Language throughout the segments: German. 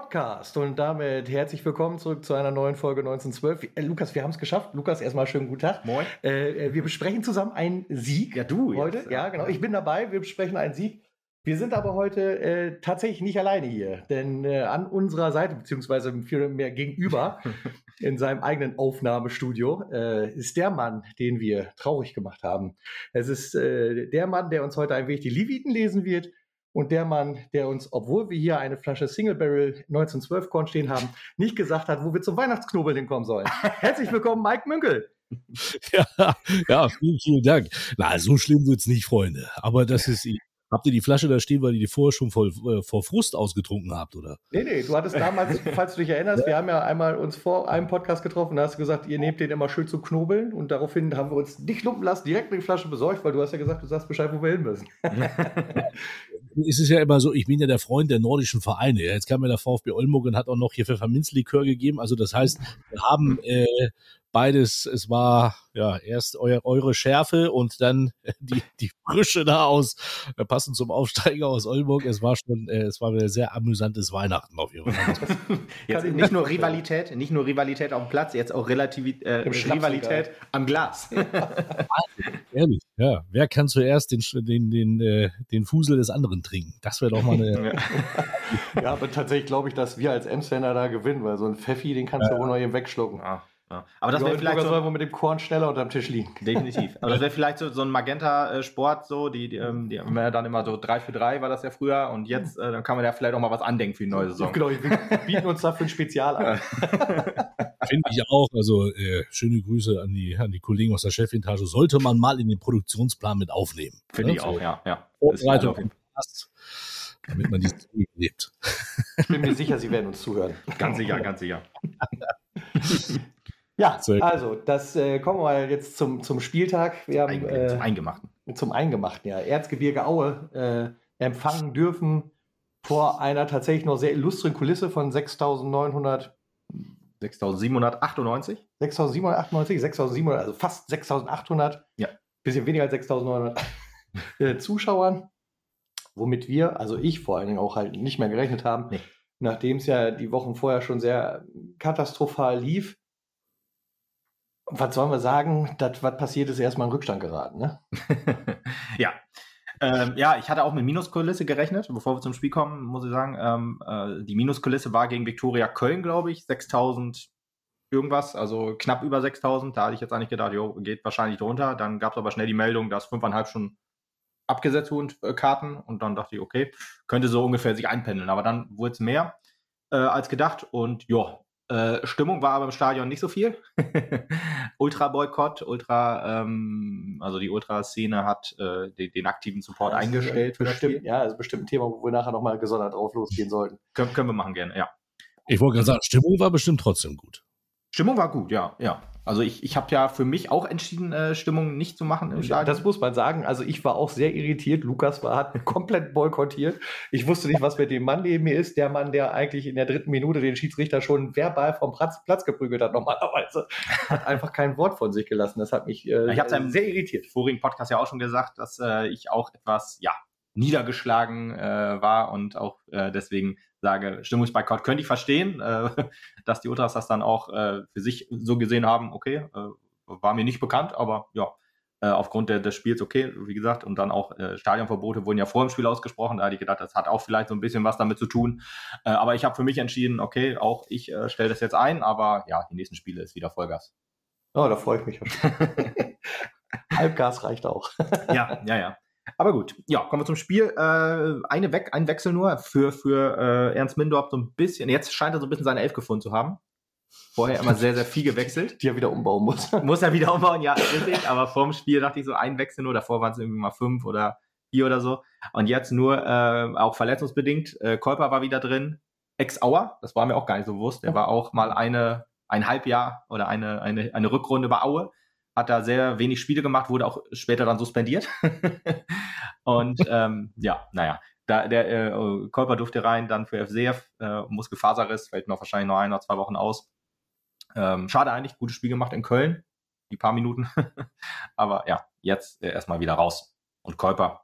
Podcast und damit herzlich willkommen zurück zu einer neuen Folge 1912. Lukas, wir haben es geschafft. Lukas, erstmal schönen guten Tag. Moin. Wir besprechen zusammen einen Sieg. Ja, du heute. Jetzt, ja, genau. Ich bin dabei. Wir besprechen einen Sieg. Wir sind aber heute tatsächlich nicht alleine hier, denn an unserer Seite, beziehungsweise viel mehr gegenüber, in seinem eigenen Aufnahmestudio, ist der Mann, den wir traurig gemacht haben. Es ist der Mann, der uns heute ein wenig die Leviten lesen wird. Und der Mann, der uns, obwohl wir hier eine Flasche Single Barrel 1912 Korn stehen haben, nicht gesagt hat, wo wir zum Weihnachtsknobeln hinkommen sollen. Herzlich willkommen, Mike Münkel. Ja, vielen Dank. Na, so schlimm wird's nicht, Freunde. Aber das ist... Habt ihr die Flasche da stehen, weil ihr die vorher schon vor Frust ausgetrunken habt, oder? Nee, du hattest damals, falls du dich erinnerst, wir haben ja einmal uns vor einem Podcast getroffen, da hast du gesagt, ihr nehmt den immer schön zum Knobeln und daraufhin haben wir uns nicht lumpen lassen, direkt die Flasche besorgt, weil du hast ja gesagt, du sagst Bescheid, wo wir hin müssen. Es ist ja immer so, ich bin ja der Freund der nordischen Vereine. Jetzt kam mir der VfB Oldenburg und hat auch noch hier Pfefferminzlikör gegeben. Also das heißt, wir haben beides, es war ja erst eure Schärfe und dann die Frische da aus, passend zum Aufsteiger aus Oldenburg. Es war wieder ein sehr amüsantes Weihnachten auf jeden Fall. Jetzt nicht nur Rivalität auf dem Platz, jetzt auch Rivalität am Glas. Ehrlich, ja. Wer kann zuerst den Fusel des anderen trinken? Das wäre doch mal eine... Ja, aber tatsächlich glaube ich, dass wir als Emsländer da gewinnen, weil so ein Pfeffi, den kannst du wohl noch eben wegschlucken. Ja. Aber das wäre vielleicht so, mit dem Korn schneller unterm Tisch liegen. Definitiv. Aber das wäre vielleicht so ein Magenta-Sport, so, die haben ja dann immer so 3 für 3 war das ja früher und jetzt dann kann man ja vielleicht auch mal was andenken für die neue Saison. Genau, wir bieten uns dafür ein Spezial an. Finde ich auch. Also schöne Grüße an die Kollegen aus der Chefetage. Sollte man mal in den Produktionsplan mit aufnehmen. Finde ich auch, ja. Vorbereitung passt, damit man die Story lebt. Ich bin mir sicher, Sie werden uns zuhören. Ganz sicher. Ja, also, das kommen wir mal jetzt zum Spieltag. Wir haben, zum Eingemachten. Zum Eingemachten, ja. Erzgebirge Aue empfangen dürfen vor einer tatsächlich noch sehr illustren Kulisse von 6.798, 6.700, also fast 6.800. Ja. Bisschen weniger als 6.900 Zuschauern. Womit wir, also ich vor allen Dingen auch halt nicht mehr gerechnet haben, nachdem es ja die Wochen vorher schon sehr katastrophal lief. Was sollen wir sagen? Das, was passiert ist, erstmal in Rückstand geraten, ne? Ja. Ich hatte auch mit Minuskulisse gerechnet. Bevor wir zum Spiel kommen, muss ich sagen, die Minuskulisse war gegen Viktoria Köln, glaube ich, 6.000 irgendwas, also knapp über 6.000. Da hatte ich jetzt eigentlich gedacht, geht wahrscheinlich drunter. Dann gab es aber schnell die Meldung, dass 5,5 schon abgesetzt wurden, Karten. Und dann dachte ich, okay, könnte so ungefähr sich einpendeln. Aber dann wurde es mehr als gedacht. Und Stimmung war aber im Stadion nicht so viel. Ultra-Boykott, also die Ultraszene hat den aktiven Support eingestellt für das Spiel. Ja, das ist bestimmt ein Thema, wo wir nachher nochmal gesondert drauf losgehen sollten. Können wir machen, gerne, ja. Ich wollte gerade sagen, Stimmung war bestimmt trotzdem gut. Stimmung war gut, ja. Also ich habe ja für mich auch entschieden, Stimmung nicht zu machen im Stadion. Das muss man sagen. Also ich war auch sehr irritiert. Lukas hat komplett boykottiert. Ich wusste nicht, was mit dem Mann neben mir ist. Der Mann, der eigentlich in der 3. Minute den Schiedsrichter schon verbal vom Platz geprügelt hat normalerweise, hat einfach kein Wort von sich gelassen. Das hat mich ich habe sehr irritiert. Vorigen Podcast ja auch schon gesagt, dass ich auch etwas, niedergeschlagen war und auch deswegen sage, Stimmungsboykott könnte ich verstehen, dass die Ultras das dann auch für sich so gesehen haben, okay, war mir nicht bekannt, aber aufgrund des Spiels okay, wie gesagt, und dann auch Stadionverbote wurden ja vor dem Spiel ausgesprochen, da hatte ich gedacht, das hat auch vielleicht so ein bisschen was damit zu tun, aber ich habe für mich entschieden, okay, auch ich stelle das jetzt ein, aber die nächsten Spiele ist wieder Vollgas. Oh, da freue ich mich schon. Halbgas reicht auch. Ja. Aber gut, kommen wir zum Spiel. Ein Wechsel nur für Ernst Mindorp so ein bisschen. Jetzt scheint er so ein bisschen seine 11 gefunden zu haben. Vorher immer sehr, sehr viel gewechselt. Die er wieder umbauen muss. Muss er wieder umbauen, ja, richtig. Aber vor dem Spiel dachte ich so, ein Wechsel nur. Davor waren es irgendwie mal 5 oder 4 oder so. Und jetzt nur auch verletzungsbedingt. Kolper war wieder drin. Ex-Auer, das war mir auch gar nicht so bewusst. Er war auch mal ein Halbjahr oder eine Rückrunde bei Aue. Hat da sehr wenig Spiele gemacht, wurde auch später dann suspendiert. Und der Kolper durfte rein, dann für FCF, Muskelfaserriss, fällt noch wahrscheinlich noch 1 oder 2 Wochen aus. Schade eigentlich, gutes Spiel gemacht in Köln, die paar Minuten. Aber jetzt erstmal wieder raus. Und Kolper,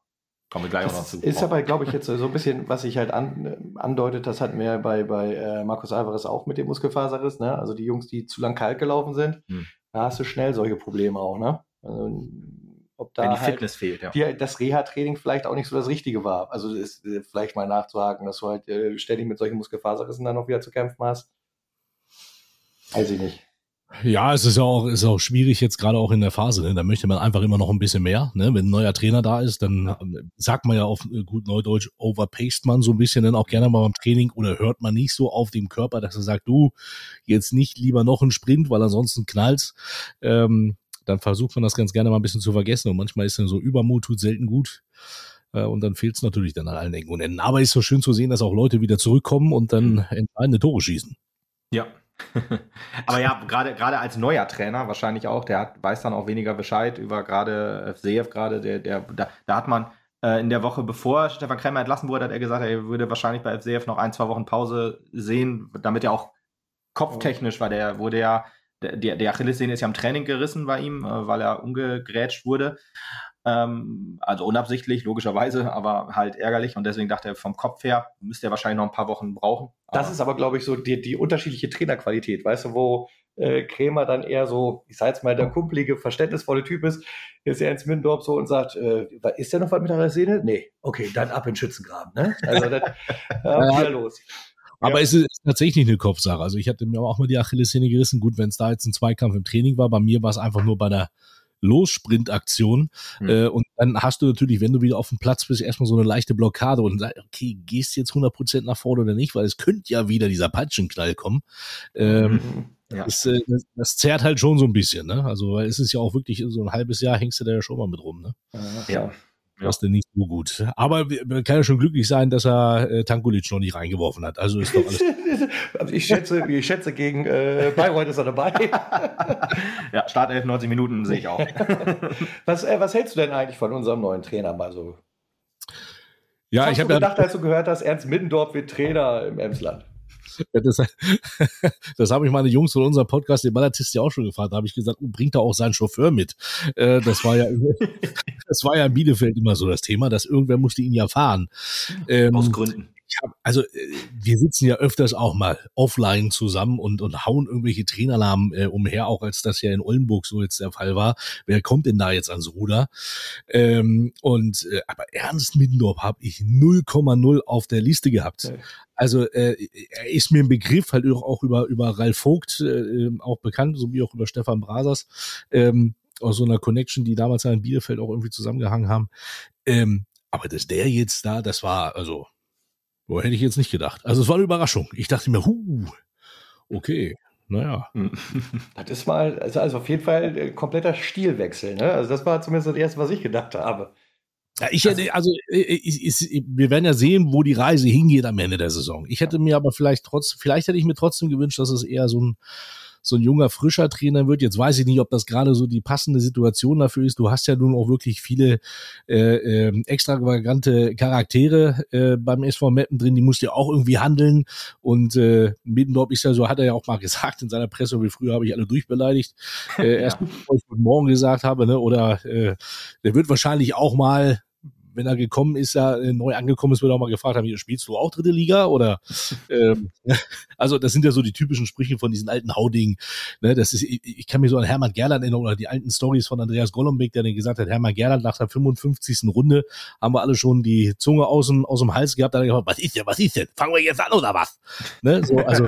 Kommen wir gleich auch noch zu. Ist aber, glaube ich, jetzt so ein bisschen, was ich halt andeutet, das hatten wir bei Marcos Alvarez auch mit dem Muskelfaserriss, ne? Also die Jungs, die zu lang kalt gelaufen sind, da hast du schnell solche Probleme auch, ne? Also, ob da wenn die halt Fitness fehlt, ja. das Reha-Training vielleicht auch nicht so das Richtige war. Also ist vielleicht mal nachzuhaken, dass du halt ständig mit solchen Muskelfaserrissen dann noch wieder zu kämpfen hast. Weiß ich nicht. Ja, es ist auch schwierig jetzt gerade auch in der Phase. Ne? Da möchte man einfach immer noch ein bisschen mehr. Ne? Wenn ein neuer Trainer da ist, dann sagt man ja auf gut Neudeutsch, overpaced man so ein bisschen dann auch gerne mal beim Training oder hört man nicht so auf dem Körper, dass er sagt, du, jetzt nicht lieber noch einen Sprint, weil ansonsten knallt's. Dann versucht man das ganz gerne mal ein bisschen zu vergessen und manchmal ist dann so Übermut, tut selten gut. Und dann fehlt es natürlich dann an allen Ecken und Enden. Aber es ist so schön zu sehen, dass auch Leute wieder zurückkommen und dann entscheidende Tore schießen. Ja. Aber ja, gerade als neuer Trainer wahrscheinlich auch, weiß dann auch weniger Bescheid über gerade Evseev gerade, da hat man in der Woche, bevor Stefan Krämer entlassen wurde, hat er gesagt, er würde wahrscheinlich bei Evseev noch 1-2 Wochen Pause sehen, damit er auch kopftechnisch, weil der Achillessehne ist ja im Training gerissen bei ihm, weil er umgegrätscht wurde. Also unabsichtlich, logischerweise, aber halt ärgerlich und deswegen dachte er, vom Kopf her müsste er wahrscheinlich noch ein paar Wochen brauchen. Das ist aber, glaube ich, so die unterschiedliche Trainerqualität, weißt du, wo Krämer dann eher so, ich sag jetzt mal, der kumpelige, verständnisvolle Typ ist er ins Mindorf so und sagt, ist der noch was mit der Sehne? Nee, okay, dann ab in den Schützengraben, ne? Also dann wieder los. Aber es ist tatsächlich eine Kopfsache. Also ich hatte mir auch mal die Achillessehne gerissen. Gut, wenn es da jetzt ein Zweikampf im Training war, bei mir war es einfach nur bei einer Losssprintaktion. Und dann hast du natürlich, wenn du wieder auf dem Platz bist, erstmal so eine leichte Blockade und sagst, okay, gehst du jetzt 100% nach vorne oder nicht, weil es könnte ja wieder dieser Peitschenknall kommen. Das zerrt halt schon so ein bisschen, ne? Also, weil es ist ja auch wirklich so ein halbes Jahr hängst du da ja schon mal mit rum, ne? Ja. Das ist denn nicht so gut. Aber man kann ja schon glücklich sein, dass er Tankulic noch nicht reingeworfen hat. Also ist doch alles. Ich schätze gegen Bayreuth ist er dabei. Ja, Startelf 90 Minuten sehe ich auch. Was hältst du denn eigentlich von unserem neuen Trainer mal so? Ja, ich habe gedacht, als du gehört hast, Ernst Middendorf wird Trainer im Emsland. Ja, das habe ich meine Jungs von unserem Podcast, den Ballatist, ja auch schon gefragt. Da habe ich gesagt, bringt er auch seinen Chauffeur mit? Das war ja in Bielefeld immer so das Thema, dass irgendwer musste ihn ja fahren. Aus Gründen. Wir sitzen ja öfters auch mal offline zusammen und hauen irgendwelche Trainernamen umher, auch als das ja in Oldenburg so jetzt der Fall war. Wer kommt denn da jetzt ans Ruder? Aber Ernst Middendorf habe ich 0,0 auf der Liste gehabt. Okay. Also er ist mir ein Begriff, halt auch über Ralf Vogt auch bekannt, so wie auch über Stefan Brasers, aus so einer Connection, die damals ja in Bielefeld auch irgendwie zusammengehangen haben. Aber dass der jetzt da, das war, also hätte ich jetzt nicht gedacht. Also es war eine Überraschung. Ich dachte mir, okay, naja. Das ist mal, also auf jeden Fall ein kompletter Stilwechsel, ne? Also das war zumindest das Erste, was ich gedacht habe. Ja, wir werden ja sehen, wo die Reise hingeht am Ende der Saison. Ich hätte mir aber vielleicht hätte ich mir trotzdem gewünscht, dass es eher so ein junger, frischer Trainer wird. Jetzt weiß ich nicht, ob das gerade so die passende Situation dafür ist. Du hast ja nun auch wirklich viele extravagante Charaktere beim SV Meppen drin, die musst du ja auch irgendwie handeln. Und Middendorf ist ja so, hat er ja auch mal gesagt in seiner Presse, wie früher habe ich alle durchbeleidigt. Erst bevor ich heute Morgen gesagt habe, ne? Oder der wird wahrscheinlich auch mal, wenn er gekommen ist, neu angekommen ist, wird er auch mal gefragt haben, spielst du auch dritte Liga? Oder also das sind ja so die typischen Sprüche von diesen alten Haudingen. Ne, ich kann mich so an Hermann Gerland erinnern oder die alten Stories von Andreas Golombek, der dann gesagt hat, Hermann Gerland nach der 55. Runde haben wir alle schon die Zunge aus dem Hals gehabt, da hat er gesagt, was ist denn? Fangen wir jetzt an oder was? Ne, so, also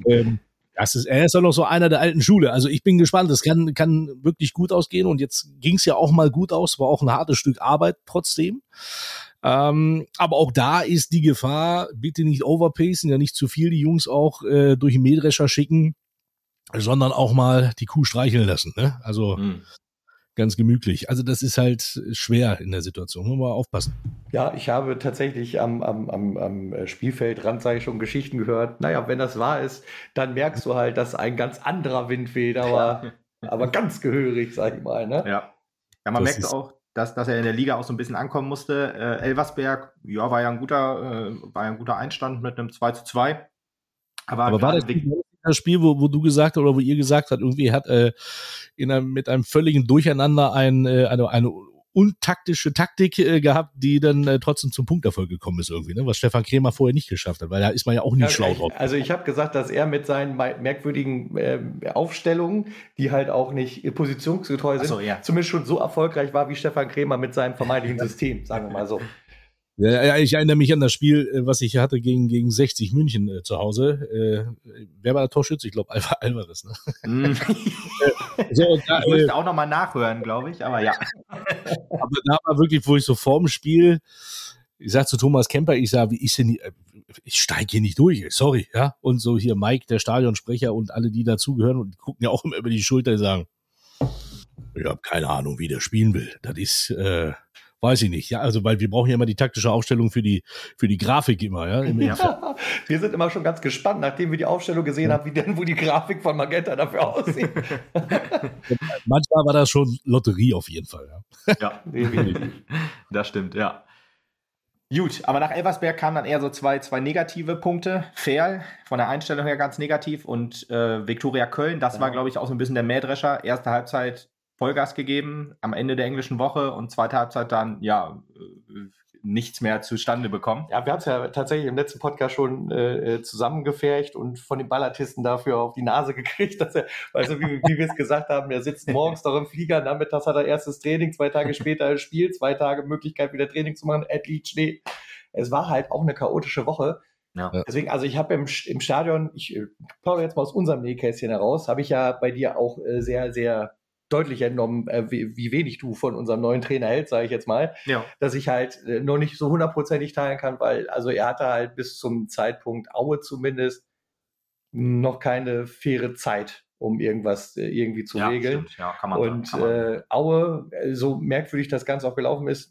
er ist doch noch so einer der alten Schule. Also ich bin gespannt. Das kann wirklich gut ausgehen. Und jetzt ging es ja auch mal gut aus. War auch ein hartes Stück Arbeit trotzdem. Aber auch da ist die Gefahr, bitte nicht overpacen, ja nicht zu viel die Jungs auch durch den Mähdrescher schicken, sondern auch mal die Kuh streicheln lassen. Ne? Also ganz gemütlich. Also das ist halt schwer in der Situation. Muss man mal aufpassen. Ja, ich habe tatsächlich am Spielfeldrand, sage ich schon, Geschichten gehört. Naja, wenn das wahr ist, dann merkst du halt, dass ein ganz anderer Wind weht, aber ganz gehörig, sag ich mal. Ne? Ja, man merkt auch, dass er in der Liga auch so ein bisschen ankommen musste. Elversberg, ja, war ja ein guter Einstand mit einem 2:2. Aber war das Spiel, wo du gesagt hast, oder wo ihr gesagt habt, irgendwie hat mit einem völligen Durcheinander eine untaktische Taktik gehabt, die dann trotzdem zum Punkterfolg gekommen ist irgendwie, ne? Was Stefan Krämer vorher nicht geschafft hat, weil da ist man ja auch nie schlau drauf. Also ich habe gesagt, dass er mit seinen merkwürdigen Aufstellungen, die halt auch nicht positionsgetreu sind, zumindest schon so erfolgreich war wie Stefan Krämer mit seinem vermeintlichen System, sagen wir mal so. Ja, ich erinnere mich an das Spiel, was ich hatte gegen 60 München zu Hause. Wer war der Torschütze? Ich glaube, Alvarez. Ne? Ich müsste auch nochmal nachhören, glaube ich, aber ja. Aber da war wirklich, wo ich so vorm Spiel, ich sag zu Thomas Kemper, ich steige hier nicht durch, sorry, ja. Und so hier Mike, der Stadionsprecher und alle, die dazugehören und die gucken ja auch immer über die Schulter und sagen, ich habe keine Ahnung, wie der spielen will. Das ist, weiß ich nicht, ja, also weil wir brauchen ja immer die taktische Aufstellung für die Grafik immer, ja. Ja. Wir sind immer schon ganz gespannt, nachdem wir die Aufstellung gesehen haben, wo die Grafik von Magenta dafür aussieht. Manchmal war das schon Lotterie auf jeden Fall, ja. Ja, das stimmt, ja. Gut, aber nach Elversberg kamen dann eher so zwei negative Punkte. Ferl, von der Einstellung her ganz negativ und Viktoria Köln, das war, glaube ich, auch so ein bisschen der Mähdrescher. Erste Halbzeit Vollgas gegeben am Ende der englischen Woche und zweite Halbzeit dann, nichts mehr zustande bekommen. Ja, wir haben es ja tatsächlich im letzten Podcast schon zusammengefercht und von den Ballartisten dafür auf die Nase gekriegt, dass er, also wie wir es gesagt haben, er sitzt morgens noch im Flieger, nachmittags hat er erstes Training, 2 Tage später ein Spiel, 2 Tage Möglichkeit wieder Training zu machen, liegt Schnee. Es war halt auch eine chaotische Woche. Ja. Deswegen, also ich habe im Stadion, ich plaudere jetzt mal aus unserem Nähkästchen heraus, habe ich ja bei dir auch sehr, sehr deutlich entnommen, wie wenig du von unserem neuen Trainer hältst, sage ich jetzt mal, dass ich halt noch nicht so 100%ig teilen kann, weil also er hatte halt bis zum Zeitpunkt Aue zumindest noch keine faire Zeit, um irgendwas irgendwie zu regeln. Stimmt. Ja, kann man. Aue, so merkwürdig das Ganze auch gelaufen ist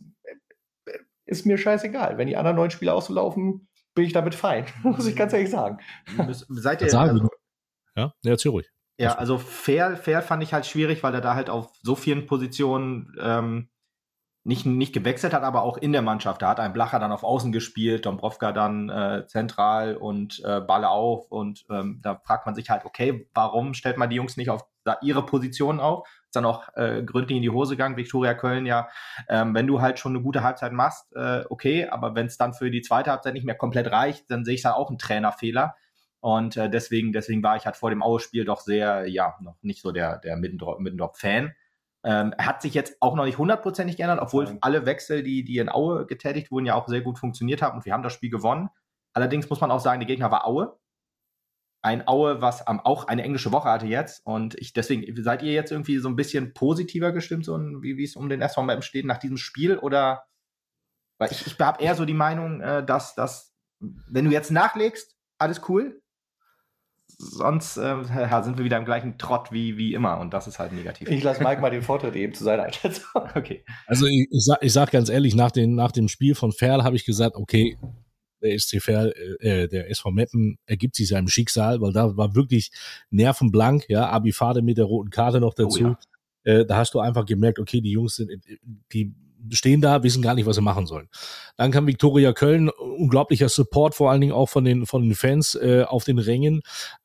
mir scheißegal. Wenn die anderen 9 Spiele auslaufen, bin ich damit fein, muss ich ganz ehrlich sagen. Seid ihr ja, erzähl ruhig. Ja, also Ferl fand ich halt schwierig, weil er da halt auf so vielen Positionen nicht gewechselt hat, aber auch in der Mannschaft. Da hat ein Blacher dann auf Außen gespielt, Dombrovka dann zentral und Balle auf. Und da fragt man sich halt, okay, warum stellt man die Jungs nicht auf ihre Positionen auf? Ist dann auch gründlich in die Hose gegangen, Viktoria Köln, ja. Wenn du halt schon eine gute Halbzeit machst, okay, aber wenn es dann für die zweite Halbzeit nicht mehr komplett reicht, dann sehe ich da auch einen Trainerfehler. Und deswegen war ich halt vor dem Aue-Spiel doch sehr, noch nicht so der Middendorf-Fan. Hat sich jetzt auch noch nicht 100%ig geändert, obwohl alle Wechsel, die in Aue getätigt wurden, ja auch sehr gut funktioniert haben und wir haben das Spiel gewonnen. Allerdings muss man auch sagen, der Gegner war Aue. Ein Aue, was auch eine englische Woche hatte jetzt. Und deswegen, seid ihr jetzt irgendwie so ein bisschen positiver gestimmt, so wie es um den SV Meppen steht nach diesem Spiel? Oder, weil ich habe eher so die Meinung, dass wenn du jetzt nachlegst, alles cool. Sonst sind wir wieder im gleichen Trott wie immer und das ist halt negativ. Ich lasse Mike mal den Vortritt eben zu seiner Einschätzung. Okay. Also ich sag ganz ehrlich, nach dem Spiel von Ferl habe ich gesagt, okay, der SC Verl, der SV Meppen ergibt sich seinem Schicksal, weil da war wirklich nervenblank, ja, Abifade mit der roten Karte noch dazu. Oh, ja. Da hast du einfach gemerkt, okay, die Jungs die stehen da, wissen gar nicht, was sie machen sollen. Dann kam Viktoria Köln, unglaublicher Support, vor allen Dingen auch von den Fans auf den Rängen.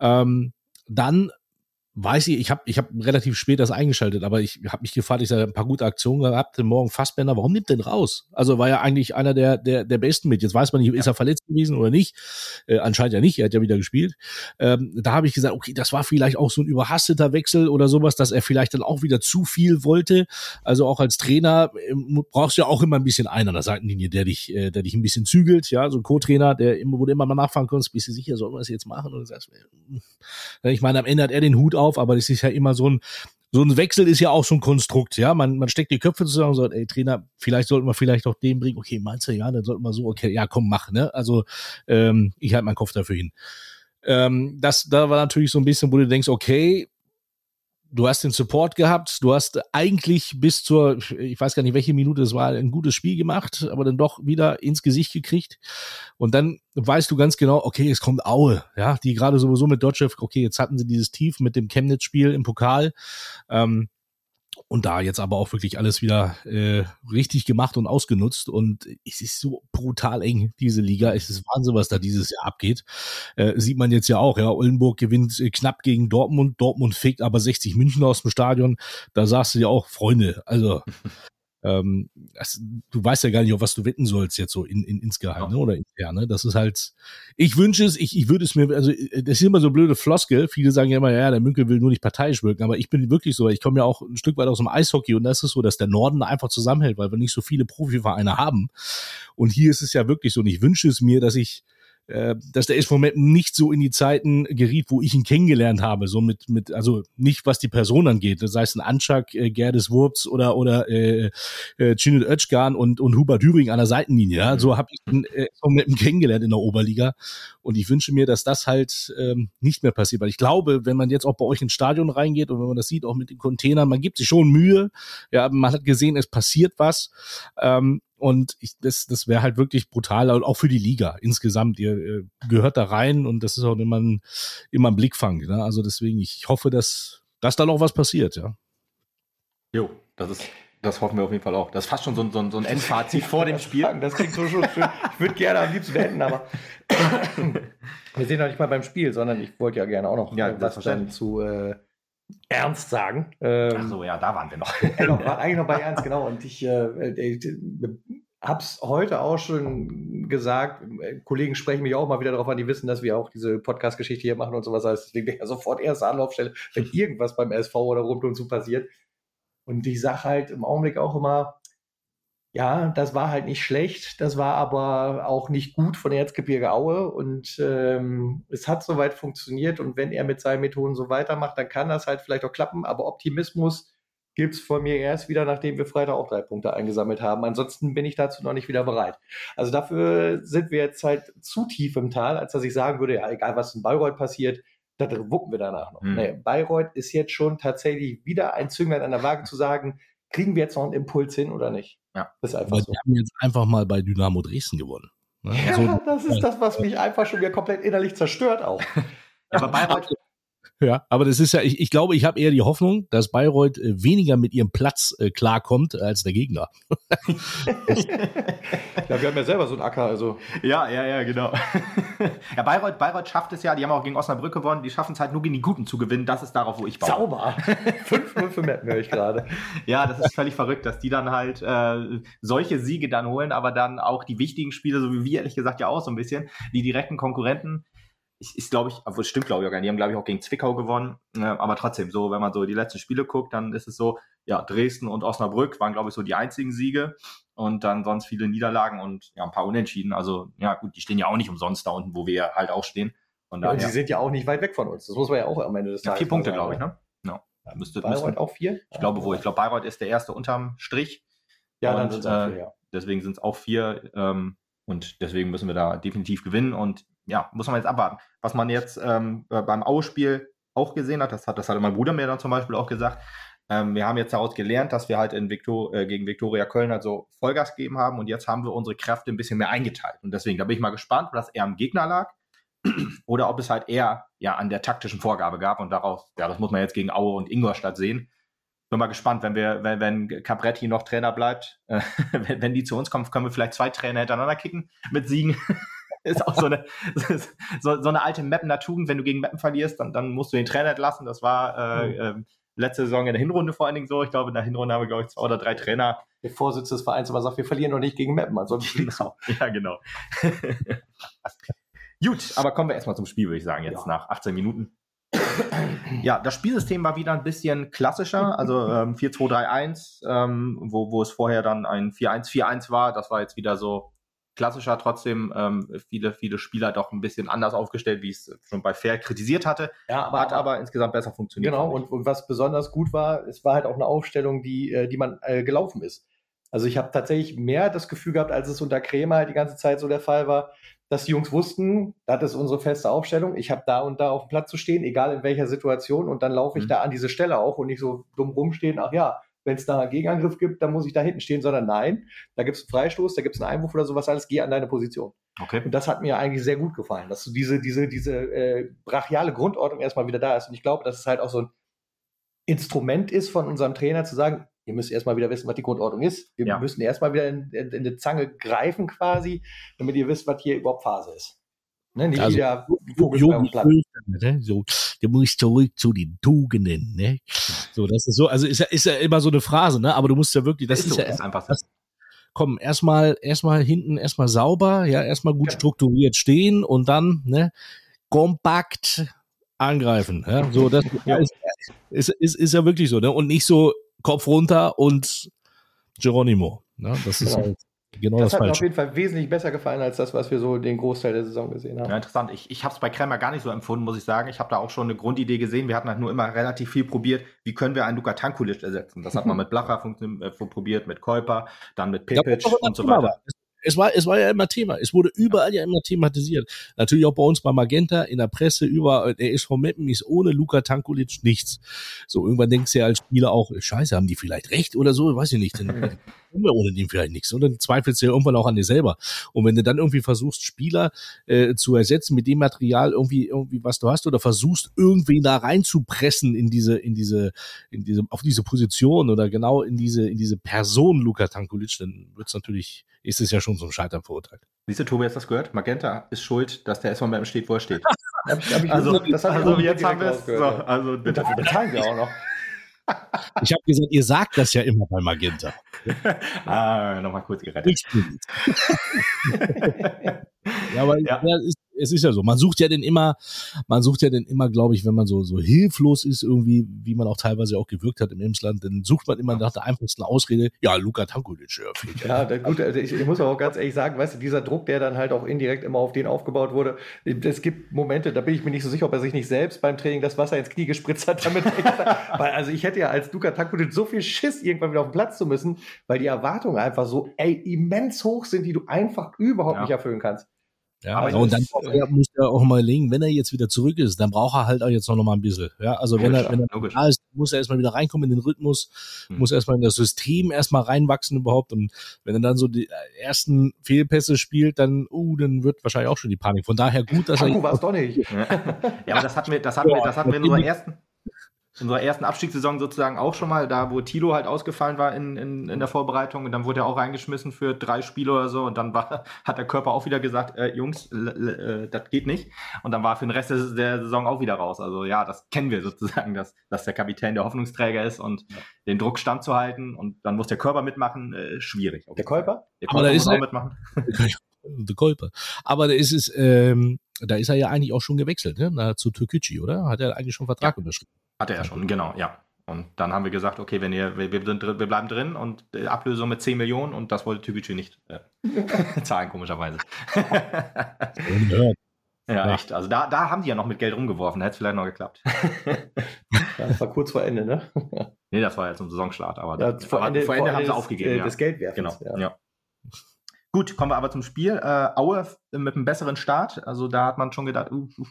Dann weiß ich hab relativ spät das eingeschaltet, aber ich habe mich gefragt, ich habe ein paar gute Aktionen gehabt, Morgen Fassbender, warum nimmt den raus? Also war ja eigentlich einer der Besten mit. Jetzt weiß man nicht, ist er verletzt gewesen oder nicht. Anscheinend ja nicht, er hat ja wieder gespielt. Da habe ich gesagt, okay, das war vielleicht auch so ein überhasteter Wechsel oder sowas, dass er vielleicht dann auch wieder zu viel wollte. Also auch als Trainer brauchst du ja auch immer ein bisschen einen an der Seitenlinie, der dich ein bisschen zügelt, ja, so ein Co-Trainer, wo du immer mal nachfragen kannst, bist du sicher, sollen wir das jetzt machen? Und du sagst, ich meine, am Ende hat er den Hut auf, aber das ist ja immer so ein Wechsel ist ja auch so ein Konstrukt, ja, man steckt die Köpfe zusammen und sagt, ey Trainer, vielleicht sollten wir vielleicht auch den bringen, okay, meinst du, ja, dann sollten wir so, okay, ja, komm, mach, ne, also ich halte meinen Kopf dafür hin. Da war natürlich so ein bisschen, wo du denkst, okay, du hast den Support gehabt, du hast eigentlich bis zur, ich weiß gar nicht, welche Minute es war, ein gutes Spiel gemacht, aber dann doch wieder ins Gesicht gekriegt. Und dann weißt du ganz genau, okay, es kommt Aue, ja, die gerade sowieso mit Dotschew, okay, jetzt hatten sie dieses Tief mit dem Chemnitz-Spiel im Pokal. Und da jetzt aber auch wirklich alles wieder richtig gemacht und ausgenutzt. Und es ist so brutal eng, diese Liga. Es ist Wahnsinn, was da dieses Jahr abgeht. Sieht man jetzt ja auch. Ja, Oldenburg gewinnt knapp gegen Dortmund. Dortmund fegt aber 60 München aus dem Stadion. Da sagst du ja auch, Freunde, also du weißt ja gar nicht, auf was du wetten sollst jetzt so insgeheim, ne? Oder intern, ne? Das ist halt, ich wünsche es, ich würde es mir, also das ist immer so blöde Floskel, viele sagen ja immer, ja, der Münkel will nur nicht parteiisch wirken, aber ich bin wirklich so, ich komme ja auch ein Stück weit aus dem Eishockey und das ist so, dass der Norden einfach zusammenhält, weil wir nicht so viele Profivereine haben und hier ist es ja wirklich so und ich wünsche es mir, dass der SV Meppen nicht so in die Zeiten geriet, wo ich ihn kennengelernt habe, so also nicht was die Person angeht, sei es ein Anschak, Gerdes Wurz oder Cüneyt Özcan und Hubert Hübing an der Seitenlinie, ja, so habe ich den SV Meppen kennengelernt in der Oberliga und ich wünsche mir, dass das halt nicht mehr passiert, weil ich glaube, wenn man jetzt auch bei euch ins Stadion reingeht und wenn man das sieht, auch mit den Containern, man gibt sich schon Mühe, ja, man hat gesehen, es passiert was, und das wäre halt wirklich brutal, auch für die Liga insgesamt. Ihr gehört da rein und das ist auch immer ein Blickfang. Ne? Also deswegen, ich hoffe, dass da noch was passiert, ja. Jo, das hoffen wir auf jeden Fall auch. Das ist fast schon so ein Endfazit vor dem Spiel. Das klingt so schön. Ich würde gerne am liebsten beenden, aber wir sind noch nicht mal beim Spiel, sondern ich wollte ja gerne auch noch was dann zu Ernst sagen. Ach so, ja, da waren wir noch. War eigentlich noch bei Ernst, genau. Und ich hab's heute auch schon gesagt. Kollegen sprechen mich auch mal wieder darauf an, die wissen, dass wir auch diese Podcast-Geschichte hier machen und sowas. Deswegen bin ich ja sofort erste Anlaufstelle, wenn irgendwas beim SV oder rund und so passiert. Und ich sage halt im Augenblick auch immer, ja, das war halt nicht schlecht, das war aber auch nicht gut von Erzgebirge Aue und es hat soweit funktioniert und wenn er mit seinen Methoden so weitermacht, dann kann das halt vielleicht auch klappen, aber Optimismus gibt es von mir erst wieder, nachdem wir Freitag auch 3 Punkte eingesammelt haben. Ansonsten bin ich dazu noch nicht wieder bereit. Also dafür sind wir jetzt halt zu tief im Tal, als dass ich sagen würde, ja, egal was in Bayreuth passiert, das wuppen wir danach noch. Nee, Bayreuth ist jetzt schon tatsächlich wieder ein Zünglein an der Waage zu sagen, kriegen wir jetzt noch einen Impuls hin oder nicht? Ja, das ist einfach aber so. Die haben jetzt einfach mal bei Dynamo Dresden gewonnen. Ne? Ja, also, das ist das, was mich einfach schon wieder komplett innerlich zerstört auch. Aber Bayreuth... Ja, aber das ist ja, ich glaube, ich habe eher die Hoffnung, dass Bayreuth weniger mit ihrem Platz klarkommt als der Gegner. Ja, wir haben ja selber so einen Acker, also. Ja, genau. Ja, Bayreuth schafft es ja, die haben auch gegen Osnabrück gewonnen, die schaffen es halt nur gegen die Guten zu gewinnen, das ist darauf, wo ich baue. Sauber! 5-0 für Meppen höre ich gerade. Ja, das ist völlig verrückt, dass die dann halt solche Siege dann holen, aber dann auch die wichtigen Spiele, so wie wir ehrlich gesagt ja auch so ein bisschen, die direkten Konkurrenten, ist glaube ich, obwohl es stimmt glaube ich auch gar nicht, die haben glaube ich auch gegen Zwickau gewonnen, aber trotzdem, so wenn man so die letzten Spiele guckt, dann ist es so, ja, Dresden und Osnabrück waren glaube ich so die einzigen Siege und dann sonst viele Niederlagen und ja, ein paar Unentschieden, also ja gut, die stehen ja auch nicht umsonst da unten, wo wir halt auch stehen. Und sie sind ja auch nicht weit weg von uns, das muss man ja auch am Ende des Tages 4 Punkte glaube ich, ne? Ja. Bayreuth auch 4? Ich glaube Bayreuth ist der erste unterm Strich. Ja, dann sind es auch 4, ja. Deswegen sind es auch 4 und deswegen müssen wir da definitiv gewinnen und ja, muss man jetzt abwarten. Was man jetzt beim Aue-Spiel auch gesehen hat, das hat mein Bruder mir dann zum Beispiel auch gesagt, wir haben jetzt daraus gelernt, dass wir halt gegen Viktoria Köln halt so Vollgas gegeben haben und jetzt haben wir unsere Kräfte ein bisschen mehr eingeteilt. Und deswegen, da bin ich mal gespannt, ob das eher am Gegner lag oder ob es halt eher ja an der taktischen Vorgabe gab und darauf, ja, das muss man jetzt gegen Aue und Ingolstadt sehen. Bin mal gespannt, wenn Capretti noch Trainer bleibt, wenn die zu uns kommen, können wir vielleicht 2 Trainer hintereinander kicken mit Siegen. Ist auch so eine alte Meppener Tugend, wenn du gegen Meppen verlierst, dann musst du den Trainer entlassen. Das war letzte Saison in der Hinrunde vor allen Dingen so. Ich glaube, in der Hinrunde haben wir, glaube ich, 2 oder 3 Trainer. Der Vorsitzende des Vereins aber sagt, wir verlieren noch nicht gegen Meppen, ansonsten genau. Ja, genau. Gut, aber kommen wir erstmal zum Spiel, würde ich sagen, jetzt nach 18 Minuten. Ja, das Spielsystem war wieder ein bisschen klassischer, also 4-2-3-1, wo es vorher dann ein 4-1-4-1 war. Das war jetzt wieder so klassischer, trotzdem viele Spieler doch ein bisschen anders aufgestellt, wie ich es schon bei Fair kritisiert hatte. Ja, aber insgesamt besser funktioniert. Genau, und was besonders gut war, es war halt auch eine Aufstellung, die man gelaufen ist. Also ich habe tatsächlich mehr das Gefühl gehabt, als es unter Krämer halt die ganze Zeit so der Fall war, dass die Jungs wussten, das ist unsere feste Aufstellung, ich habe da und da auf dem Platz zu stehen, egal in welcher Situation, und dann laufe ich da an diese Stelle auch und nicht so dumm rumstehen, ach ja, wenn es da einen Gegenangriff gibt, dann muss ich da hinten stehen, sondern nein, da gibt es einen Freistoß, da gibt es einen Einwurf oder sowas, alles, geh an deine Position. Okay. Und das hat mir eigentlich sehr gut gefallen, dass so diese brachiale Grundordnung erstmal wieder da ist. Und ich glaube, dass es halt auch so ein Instrument ist von unserem Trainer zu sagen, ihr müsst erstmal wieder wissen, was die Grundordnung ist. Wir müssen erstmal wieder in die Zange greifen quasi, damit ihr wisst, was hier überhaupt Phase ist. Ne, nicht Also, wieder Vogelfrei auf dem Platz. ne? So, du musst zurück zu den Tugenden, ne? So, das ist so, also ist ja immer so eine Phrase, ne? Aber du musst ja wirklich, das ist so, ja ist einfach so. komm, erstmal hinten, erstmal sauber, ja, erstmal gut strukturiert stehen und dann, ne, kompakt angreifen, ja? So, das ist ja wirklich so, ne? Und nicht so Kopf runter und Geronimo, ne? Das ist halt genau Das das hat mir auf Falsche. jeden Fall wesentlich besser gefallen als das, was wir so den Großteil der Saison gesehen haben. Ja, interessant. Ich habe es bei Krämer gar nicht so empfunden, muss ich sagen. Ich habe da auch schon eine Grundidee gesehen. Wir hatten halt nur immer relativ viel probiert, wie können wir einen Luka Tankulic ersetzen. Das hat man mit Blacher probiert, mit Kuiper, dann mit Pepic und so weiter. Es war ja immer Thema. Es wurde überall ja immer thematisiert. Natürlich auch bei uns bei Magenta, in der Presse, überall. Der SV Meppen ist ohne Luka Tankulic nichts. So, irgendwann denkst du ja als Spieler auch, scheiße, haben die vielleicht recht oder so? Weiß ich nicht. Dann haben wir ohne den vielleicht nichts. Und dann zweifelst du ja irgendwann auch an dir selber. Und wenn du dann irgendwie versuchst, Spieler zu ersetzen mit dem Material irgendwie, was du hast, oder versuchst, irgendwen da reinzupressen auf diese Position oder genau in diese Person Luka Tankulic, dann wird's natürlich, ist es ja schon zum Scheitern verurteilt. Siehst du, Tobi, hast du das gehört? Magenta ist schuld, dass der SV Meppen steht, wo er steht. Jetzt haben wir es. So, also bitte. Dafür bezahlen wir auch noch. Ich habe gesagt, ihr sagt das ja immer bei Magenta. Nochmal kurz gerettet. Ja, aber ja, es ist ja so. Man sucht ja dann immer, glaube ich, wenn man so hilflos ist irgendwie, wie man auch teilweise auch gewirkt hat im Emsland, dann sucht man immer nach der einfachsten Ausrede, ja, Luka Tankulic. Ja, gut, also ich muss auch ganz ehrlich sagen, weißt du, dieser Druck, der dann halt auch indirekt immer auf den aufgebaut wurde, es gibt Momente, da bin ich mir nicht so sicher, ob er sich nicht selbst beim Training das Wasser ins Knie gespritzt hat, damit weil also ich hätte ja als Luka Tankulic so viel Schiss, irgendwann wieder auf den Platz zu müssen, weil die Erwartungen einfach so immens hoch sind, die du einfach überhaupt nicht erfüllen kannst. Ja, also und dann muss er auch mal legen, wenn er jetzt wieder zurück ist, dann braucht er halt auch jetzt noch mal ein bisschen. Ja, also wenn er da ist, muss er erstmal wieder reinkommen in den Rhythmus, muss erstmal in das System erstmal reinwachsen überhaupt. Und wenn er dann so die ersten Fehlpässe spielt, dann wird wahrscheinlich auch schon die Panik. Von daher gut, dass er. War es doch nicht. Ja, aber das hatten wir in unserer ersten Abstiegssaison sozusagen auch schon mal, da wo Thilo halt ausgefallen war in der Vorbereitung, und dann wurde er auch reingeschmissen für 3 Spiele oder so, und dann hat der Körper auch wieder gesagt, Jungs, das geht nicht, und dann war für den Rest der Saison auch wieder raus. Also ja, das kennen wir sozusagen, dass der Kapitän der Hoffnungsträger ist und den Druck standzuhalten, und dann muss der Körper mitmachen, schwierig. Der Körper? Der Körper muss auch mitmachen. Der Kolper. Aber da ist er ja eigentlich auch schon gewechselt, ne? Zu Türkgücü, oder? Hat er eigentlich schon einen Vertrag unterschrieben? Hatte er schon, genau, ja. Und dann haben wir gesagt, okay, wir bleiben drin, und Ablösung mit 10 Millionen, und das wollte Türkgücü nicht zahlen, komischerweise. Ja, echt. Also da haben die ja noch mit Geld rumgeworfen, da hätte es vielleicht noch geklappt. Das war kurz vor Ende, ne? Nee, das war ja zum Saisonstart, aber vor Ende haben sie aufgegeben. Des Geldwerfens. Genau, ja. Gut, kommen wir aber zum Spiel. Aue mit einem besseren Start. Also da hat man schon gedacht,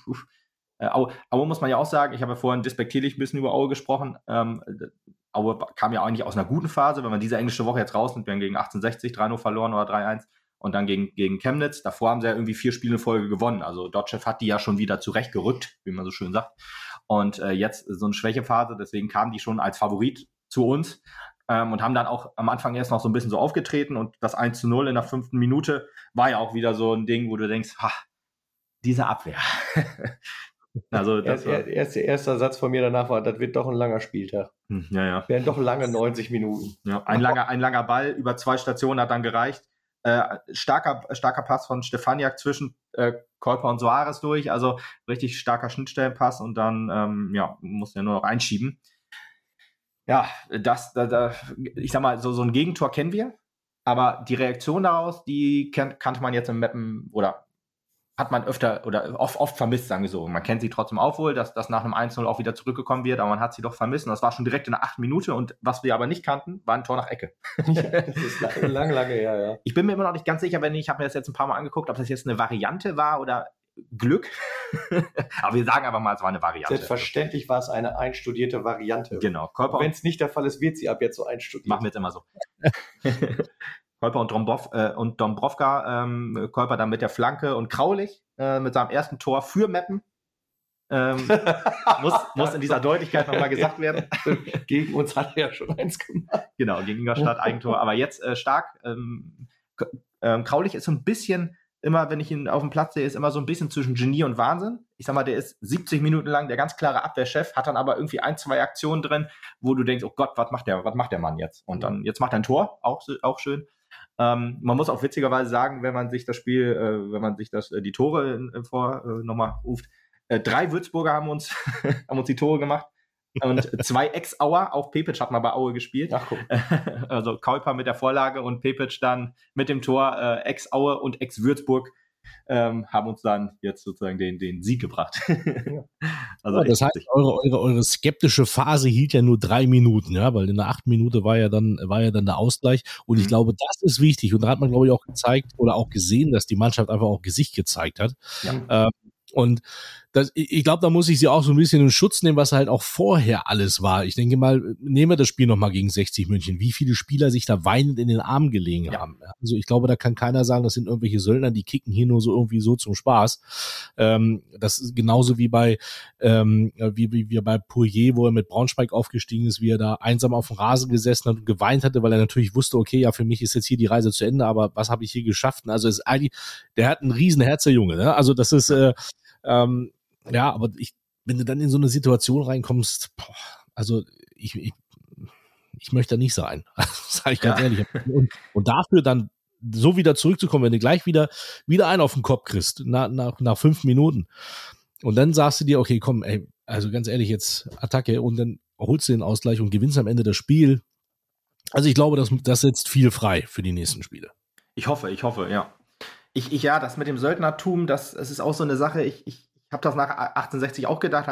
Aue muss man ja auch sagen, ich habe ja vorhin despektierlich ein bisschen über Aue gesprochen. Aue kam ja eigentlich aus einer guten Phase, wenn man diese englische Woche jetzt rausnimmt. Wir haben gegen 1860 3-0 verloren oder 3-1 und dann gegen Chemnitz. Davor haben sie ja irgendwie 4 Spiele in Folge gewonnen. Also Dotschew hat die ja schon wieder zurechtgerückt, wie man so schön sagt. Und jetzt so eine Schwächephase, deswegen kamen die schon als Favorit zu uns. Und haben dann auch am Anfang erst noch so ein bisschen so aufgetreten, und das 1-0 in der 5. Minute war ja auch wieder so ein Ding, wo du denkst, diese Abwehr. Also das erster Satz von mir danach war, das wird doch ein langer Spieltag. Ja. Werden doch lange 90 Minuten. Ja, ein langer Ball über 2 Stationen hat dann gereicht. Starker Pass von Stefaniak zwischen Kuiper und Soares durch, also richtig starker Schnittstellenpass, und dann musste er nur noch einschieben. Ja, ich sag mal, so ein Gegentor kennen wir, aber die Reaktion daraus, die kannte man jetzt im Mappen, oder hat man öfter oder oft vermisst, sagen wir so. Man kennt sie trotzdem auch wohl, dass das nach einem 1-0 auch wieder zurückgekommen wird, aber man hat sie doch vermisst, und das war schon direkt in der 8. Minute, und was wir aber nicht kannten, war ein Tor nach Ecke. Ja, das ist lange her, ja. Ich bin mir immer noch nicht ganz sicher, ich habe mir das jetzt ein paar Mal angeguckt, ob das jetzt eine Variante war oder Glück. Aber wir sagen einfach mal, es war eine Variante. Selbstverständlich war es eine einstudierte Variante. Genau. Wenn es nicht der Fall ist, wird sie ab jetzt so einstudiert. Machen wir jetzt immer so. Kuiper und Dombrovka, Kuiper dann mit der Flanke, und Kraulich mit seinem ersten Tor für Meppen. Muss in dieser Deutlichkeit nochmal gesagt werden. Gegen uns hat er ja schon eins gemacht. Genau, gegen Ingolstadt Eigentor. Aber jetzt stark. Kraulich ist so ein bisschen immer, wenn ich ihn auf dem Platz sehe, ist immer so ein bisschen zwischen Genie und Wahnsinn. Ich sag mal, der ist 70 Minuten lang der ganz klare Abwehrchef, hat dann aber irgendwie 1, 2 Aktionen drin, wo du denkst, oh Gott, was macht der Mann jetzt? Und dann, jetzt macht er ein Tor, auch schön. Man muss auch witzigerweise sagen, wenn man sich das Spiel, die Tore nochmal ruft, 3 Würzburger haben uns die Tore gemacht. Und 2 Ex-Auer, auch Pepic hat mal bei Aue gespielt. Ach, guck. Also Kuiper mit der Vorlage und Pepic dann mit dem Tor, Ex-Aue und Ex-Würzburg haben uns dann jetzt sozusagen den Sieg gebracht. Also ja, das heißt, eure skeptische Phase hielt ja nur 3 Minuten, ja, weil in der 8. Minute war ja dann der Ausgleich. Und ich glaube, das ist wichtig. Und da hat man, glaube ich, auch gezeigt oder auch gesehen, dass die Mannschaft einfach auch Gesicht gezeigt hat. Ja. Und ich glaube, da muss ich sie auch so ein bisschen in Schutz nehmen, was halt auch vorher alles war. Ich denke mal, nehmen wir das Spiel nochmal gegen 60 München, wie viele Spieler sich da weinend in den Armen gelegen haben. Also ich glaube, da kann keiner sagen, das sind irgendwelche Söldner, die kicken hier nur so irgendwie so zum Spaß. Das ist genauso wie bei Poirier, wo er mit Braunschweig aufgestiegen ist, wie er da einsam auf dem Rasen gesessen hat und geweint hatte, weil er natürlich wusste, okay, ja, für mich ist jetzt hier die Reise zu Ende, aber was habe ich hier geschafft? Also ist eigentlich, der hat ein Riesenherz, der Junge, ne? Also das ist ja, aber wenn du dann in so eine Situation reinkommst, also ich möchte da nicht sein, sage ich ganz ehrlich. Und dafür dann so wieder zurückzukommen, wenn du gleich wieder einen auf den Kopf kriegst, nach 5 Minuten. Und dann sagst du dir, okay, komm, ey, also ganz ehrlich, jetzt Attacke und dann holst du den Ausgleich und gewinnst am Ende das Spiel. Also ich glaube, das setzt viel frei für die nächsten Spiele. Ich hoffe, ja. Das mit dem Söldnertum, das ist auch so eine Sache, ich habe das nach 1860 auch gedacht,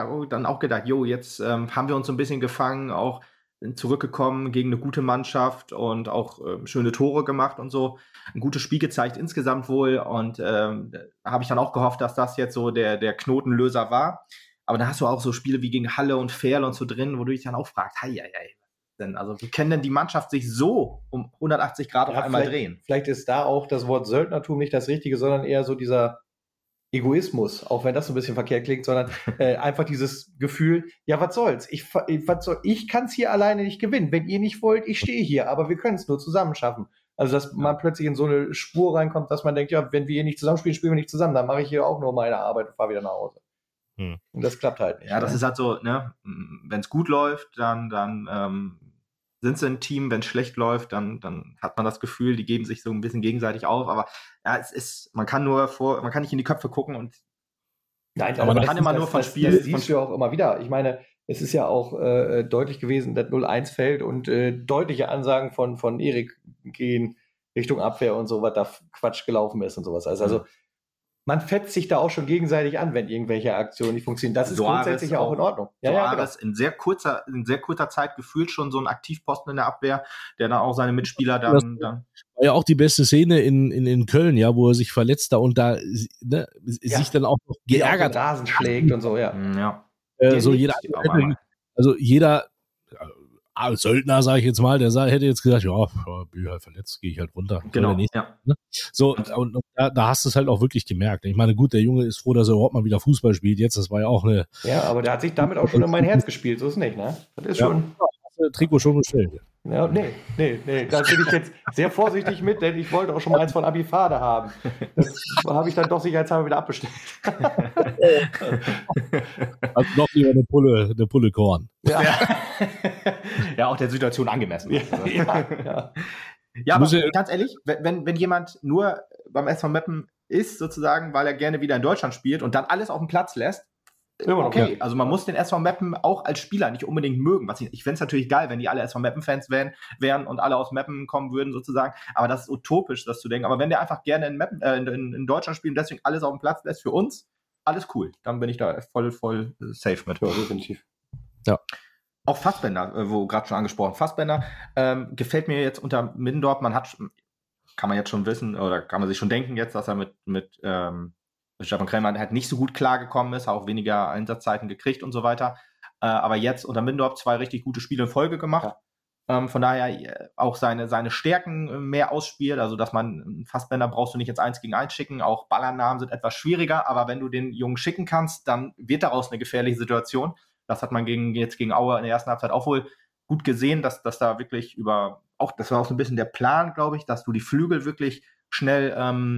jetzt haben wir uns so ein bisschen gefangen, auch zurückgekommen gegen eine gute Mannschaft und auch schöne Tore gemacht und so. Ein gutes Spiel gezeigt insgesamt wohl und habe ich dann auch gehofft, dass das jetzt so der Knotenlöser war. Aber da hast du auch so Spiele wie gegen Halle und Ferl und so drin, wo du dich dann auch fragst, denn? Also wie kann denn die Mannschaft sich so um 180 Grad auf einmal drehen? Vielleicht ist da auch das Wort Söldnertum nicht das Richtige, sondern eher so dieser Egoismus, auch wenn das so ein bisschen verkehrt klingt, sondern einfach dieses Gefühl, ja, was soll's? Ich kann es hier alleine nicht gewinnen. Wenn ihr nicht wollt, ich stehe hier, aber wir können es nur zusammen schaffen. Also, dass man plötzlich in so eine Spur reinkommt, dass man denkt, ja, wenn wir hier nicht zusammenspielen, spielen wir nicht zusammen, dann mache ich hier auch nur meine Arbeit und fahre wieder nach Hause. Und das klappt halt nicht. Ja, das ist halt so, ne, wenn es gut läuft, dann sind sie ein Team, wenn es schlecht läuft, dann hat man das Gefühl, die geben sich so ein bisschen gegenseitig auf, aber ja, man kann nicht in die Köpfe gucken und aber man kann immer nur von Spiel. Das siehst du ja auch immer wieder. Ich meine, es ist ja auch deutlich gewesen, dass 0-1 fällt und deutliche Ansagen von Erik gehen Richtung Abwehr und so, was da Quatsch gelaufen ist und sowas. Also man fetzt sich da auch schon gegenseitig an, wenn irgendwelche Aktionen nicht funktionieren. Das ist grundsätzlich auch in Ordnung. Soares in sehr kurzer Zeit gefühlt schon so ein Aktivposten in der Abwehr, der dann auch seine Mitspieler dann war ja auch die beste Szene in Köln, ja, wo er sich verletzt da und da sich dann auch noch geärgert hat. Rasen schlägt und so, ja. So jeder Söldner, sage ich jetzt mal, der hätte jetzt gesagt, ja, bin halt verletzt, gehe ich halt runter. Genau, ne? So, und da hast du es halt auch wirklich gemerkt. Ich meine, gut, der Junge ist froh, dass er überhaupt mal wieder Fußball spielt jetzt, das war ja auch eine... Ja, aber der hat sich damit auch schon in mein Herz gespielt, so ist es nicht, ne? Das ist schon... Trikot schon bestellt. Ja, nee, da bin ich jetzt sehr vorsichtig mit, denn ich wollte auch schon mal eins von Abifade haben. Das habe ich dann doch sicherheitshalber wieder abbestellt. Also noch lieber eine Pulle Korn. Ja, auch der Situation angemessen. Ja, aber ganz ehrlich, wenn jemand nur beim SV Meppen ist, sozusagen, weil er gerne wieder in Deutschland spielt und dann alles auf dem Platz lässt, okay, also man muss den SV Meppen auch als Spieler nicht unbedingt mögen. Ich fände es natürlich geil, wenn die alle SV Meppen-Fans wären und alle aus Meppen kommen würden sozusagen, aber das ist utopisch, das zu denken. Aber wenn der einfach gerne in Deutschland spielt und deswegen alles auf dem Platz lässt für uns, alles cool. Dann bin ich da voll safe mit. Ja, definitiv. Ja. Auch Fassbender, wo gerade schon angesprochen, Fassbender gefällt mir jetzt unter Middendorf. Kann man jetzt schon wissen oder kann man sich schon denken jetzt, dass er mit Stefan Krämer halt nicht so gut klargekommen ist, auch weniger Einsatzzeiten gekriegt und so weiter. Aber jetzt unter Mindorf 2 richtig gute Spiele in Folge gemacht. Ja. Von daher auch seine Stärken mehr ausspielt. Also, dass man Fassbender brauchst du nicht jetzt 1 gegen 1 schicken. Auch Ballernamen sind etwas schwieriger. Aber wenn du den Jungen schicken kannst, dann wird daraus eine gefährliche Situation. Das hat man jetzt gegen Aue in der ersten Halbzeit auch wohl gut gesehen, dass da wirklich das war auch so ein bisschen der Plan, glaube ich, dass du die Flügel wirklich schnell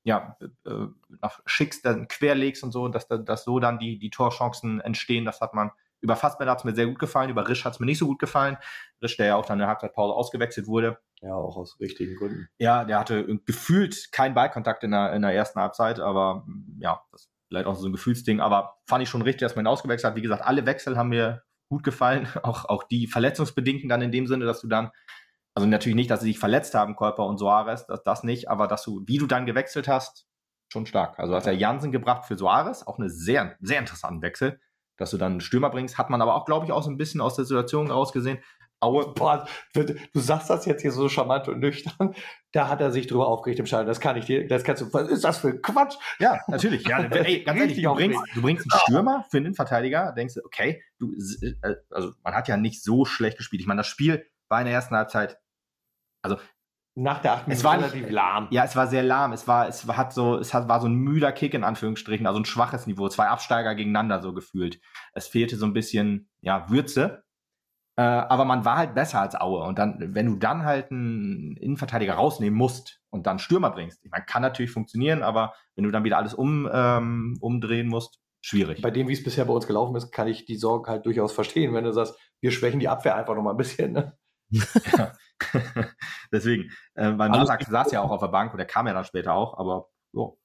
nach Schicks dann querlegst und so, dass so dann die Torchancen entstehen. Das hat man über Fassbender hat es mir sehr gut gefallen, über Risch hat es mir nicht so gut gefallen. Risch, der ja auch dann in der Halbzeitpause ausgewechselt wurde. Ja, auch aus richtigen Gründen. Ja, der hatte gefühlt keinen Ballkontakt in der ersten Halbzeit, aber ja, das ist vielleicht auch so ein Gefühlsding, aber fand ich schon richtig, dass man ihn ausgewechselt hat. Wie gesagt, alle Wechsel haben mir gut gefallen, auch die verletzungsbedingten dann in dem Sinne, dass du dann, also natürlich nicht, dass sie sich verletzt haben, Kolper und Soares, das nicht, aber wie du dann gewechselt hast, schon stark. Also hat er Jansen gebracht für Soares, auch eine sehr, sehr interessanten Wechsel, dass du dann einen Stürmer bringst, hat man aber auch, glaube ich, auch so ein bisschen aus der Situation rausgesehen. Aue, boah, du sagst das jetzt hier so charmant und nüchtern, da hat er sich drüber aufgeregt im Stadion, was ist das für ein Quatsch? Ja, natürlich, ja, ey, ganz ehrlich, du bringst einen Stürmer für einen Innenverteidiger, denkst du, okay, also man hat ja nicht so schlecht gespielt. Ich meine, das Spiel war in der ersten Halbzeit, also nach der 8. Minute relativ lahm. Ja, es war sehr lahm. Es war so ein müder Kick in Anführungsstrichen, also ein schwaches Niveau. 2 Absteiger gegeneinander so gefühlt. Es fehlte so ein bisschen, Würze. Aber man war halt besser als Aue. Und dann, wenn du dann halt einen Innenverteidiger rausnehmen musst und dann Stürmer bringst, ich meine, kann natürlich funktionieren, aber wenn du dann wieder alles umdrehen musst, schwierig. Bei dem, wie es bisher bei uns gelaufen ist, kann ich die Sorgen halt durchaus verstehen, wenn du sagst, wir schwächen die Abwehr einfach noch mal ein bisschen, ne? Ja. Deswegen, weil Masak saß ja auch auf der Bank und der kam ja dann später auch, aber jo.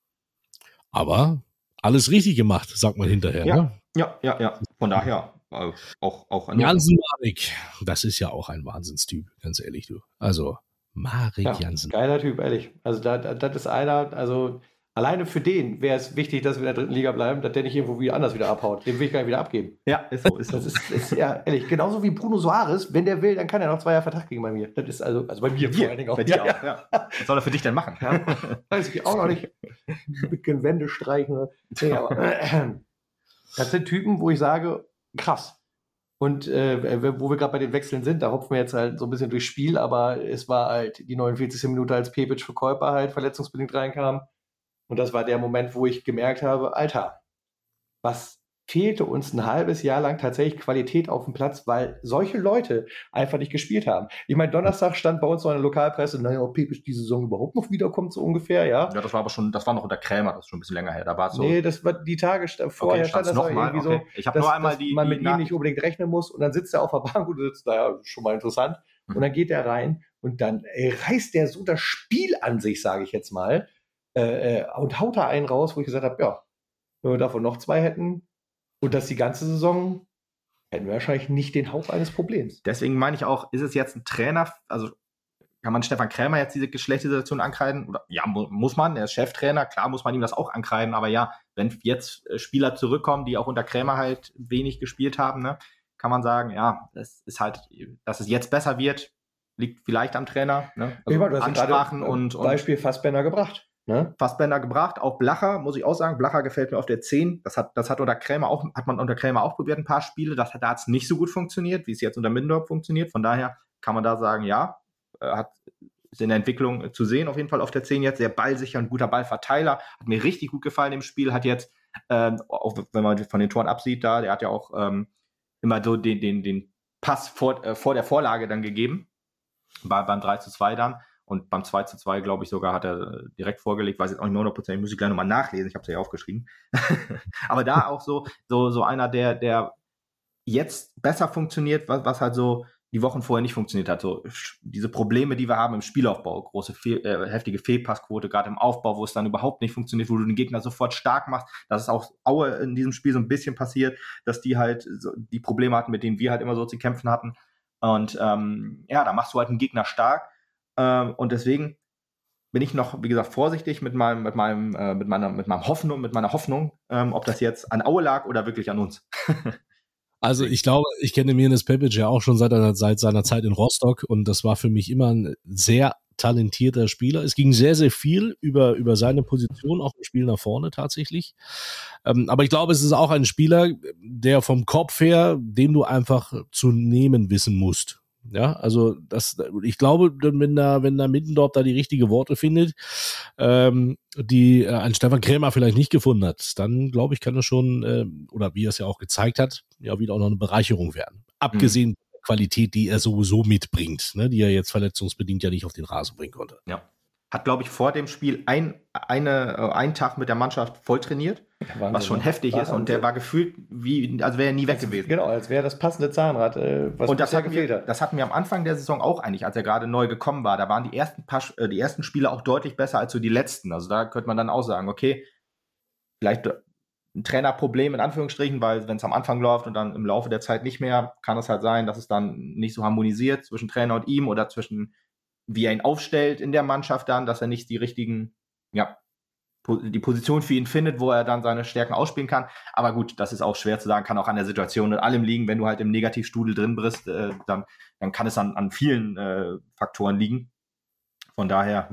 Aber alles richtig gemacht, sagt man hinterher. Ja, ne? Ja. Von daher auch an Jansen Marek, das ist ja auch ein Wahnsinnstyp, ganz ehrlich, du. Also Marek Jansen. Geiler Typ, ehrlich. Also das ist einer, also alleine für den wäre es wichtig, dass wir in der 3. Liga bleiben, dass der nicht irgendwo wieder anders wieder abhaut. Den will ich gar nicht wieder abgeben. Ja, ist so. Das ist ja, ehrlich, genauso wie Bruno Soares, wenn der will, dann kann er noch 2 Jahre Vertrag kriegen bei mir. Das ist also bei mir vor allen Dingen auch. Bei dir auch, ja. Was soll er für dich denn machen? Ja, weiß ich auch noch nicht. Ein bisschen Wände streichen. Nee, aber das sind Typen, wo ich sage, krass. Und wo wir gerade bei den Wechseln sind, da hopfen wir jetzt halt so ein bisschen durchs Spiel, aber es war halt die 49. Minute, als Pepic für Kolper halt verletzungsbedingt reinkam. Und das war der Moment, wo ich gemerkt habe, Alter, was fehlte uns ein halbes Jahr lang tatsächlich Qualität auf dem Platz, weil solche Leute einfach nicht gespielt haben. Ich meine, Donnerstag stand bei uns noch in der Lokalpresse, naja, ob Pepic die Saison überhaupt noch wiederkommt, so ungefähr, ja. Ja, das war noch unter Krämer, das ist schon ein bisschen länger her. Da war es so. Nee, das war die Tage vorher, stand das noch irgendwie okay. So, ich habe nur einmal dass man mit ihm nicht unbedingt rechnen muss und dann sitzt er auf der Bank und du sitzt, naja, schon mal interessant. Und dann geht er rein und dann reißt der so das Spiel an sich, sage ich jetzt mal, und haut da einen raus, wo ich gesagt habe, ja, wenn wir davon noch 2 hätten und das die ganze Saison, hätten wir wahrscheinlich nicht den Hauch eines Problems. Deswegen meine ich auch, ist es jetzt ein Trainer, also kann man Stefan Krämer jetzt diese schlechte Situation ankreiden? Oder, ja, muss man, er ist Cheftrainer, klar muss man ihm das auch ankreiden, aber ja, wenn jetzt Spieler zurückkommen, die auch unter Krämer halt wenig gespielt haben, ne, kann man sagen, ja, das ist halt, dass es jetzt besser wird, liegt vielleicht am Trainer. Ne? Also ich meine, du hast Ansprachen und Beispiel Fassbender gebracht. Ne? Fassbender gebracht, auch Blacher, muss ich auch sagen. Blacher gefällt mir auf der 10. Das hat man unter Krämer auch probiert, ein paar Spiele. Da hat es nicht so gut funktioniert, wie es jetzt unter Middendorf funktioniert. Von daher kann man da sagen, ja, ist in der Entwicklung zu sehen, auf jeden Fall auf der 10 jetzt. Sehr ballsicher, ein guter Ballverteiler. Hat mir richtig gut gefallen im Spiel. Hat jetzt, auch wenn man von den Toren absieht, der hat ja auch immer so den Pass vor der Vorlage dann gegeben. Beim 3:2 dann. Und beim 2:2, glaube ich, sogar hat er direkt vorgelegt, weiß jetzt auch nicht mehr 100%, muss ich gleich nochmal nachlesen, ich habe es ja aufgeschrieben. Aber da auch so einer, der jetzt besser funktioniert, was halt so die Wochen vorher nicht funktioniert hat. So diese Probleme, die wir haben im Spielaufbau, große heftige Fehlpassquote, gerade im Aufbau, wo es dann überhaupt nicht funktioniert, wo du den Gegner sofort stark machst. Das ist auch Aue in diesem Spiel so ein bisschen passiert, dass die halt so die Probleme hatten, mit denen wir halt immer so zu kämpfen hatten. Und da machst du halt einen Gegner stark. Und deswegen bin ich noch, wie gesagt, vorsichtig mit meiner Hoffnung, ob das jetzt an Aue lag oder wirklich an uns. Also ich glaube, ich kenne Mirnes Pepic ja auch schon seit seiner Zeit in Rostock und das war für mich immer ein sehr talentierter Spieler. Es ging sehr, sehr viel über seine Position, auch im Spiel nach vorne tatsächlich. Aber ich glaube, es ist auch ein Spieler, der vom Kopf her, den du einfach zu nehmen wissen musst. Ja, also ich glaube, wenn da Middendorf da die richtige Worte findet, die ein Stefan Krämer vielleicht nicht gefunden hat, dann glaube ich, kann er schon, oder wie er es ja auch gezeigt hat, ja wieder auch noch eine Bereicherung werden. Abgesehen von der Qualität, die er sowieso mitbringt, ne, die er jetzt verletzungsbedingt ja nicht auf den Rasen bringen konnte. Ja. hat, glaube ich, vor dem Spiel einen Tag mit der Mannschaft voll trainiert, Wahnsinn, was schon heftig ist. Und der war gefühlt, als wäre er nie weg gewesen. Genau, als wäre das passende Zahnrad, was und bisher gefehlt hat. Das hatten wir am Anfang der Saison auch eigentlich, als er gerade neu gekommen war. Da waren die ersten Spiele auch deutlich besser als so die letzten. Also da könnte man dann auch sagen, okay, vielleicht ein Trainerproblem in Anführungsstrichen, weil wenn es am Anfang läuft und dann im Laufe der Zeit nicht mehr, kann es halt sein, dass es dann nicht so harmonisiert zwischen Trainer und ihm oder zwischen wie er ihn aufstellt in der Mannschaft dann, dass er nicht die richtigen, die Position für ihn findet, wo er dann seine Stärken ausspielen kann. Aber gut, das ist auch schwer zu sagen, kann auch an der Situation und allem liegen. Wenn du halt im Negativstrudel drin bist, dann kann es an vielen Faktoren liegen. Von daher,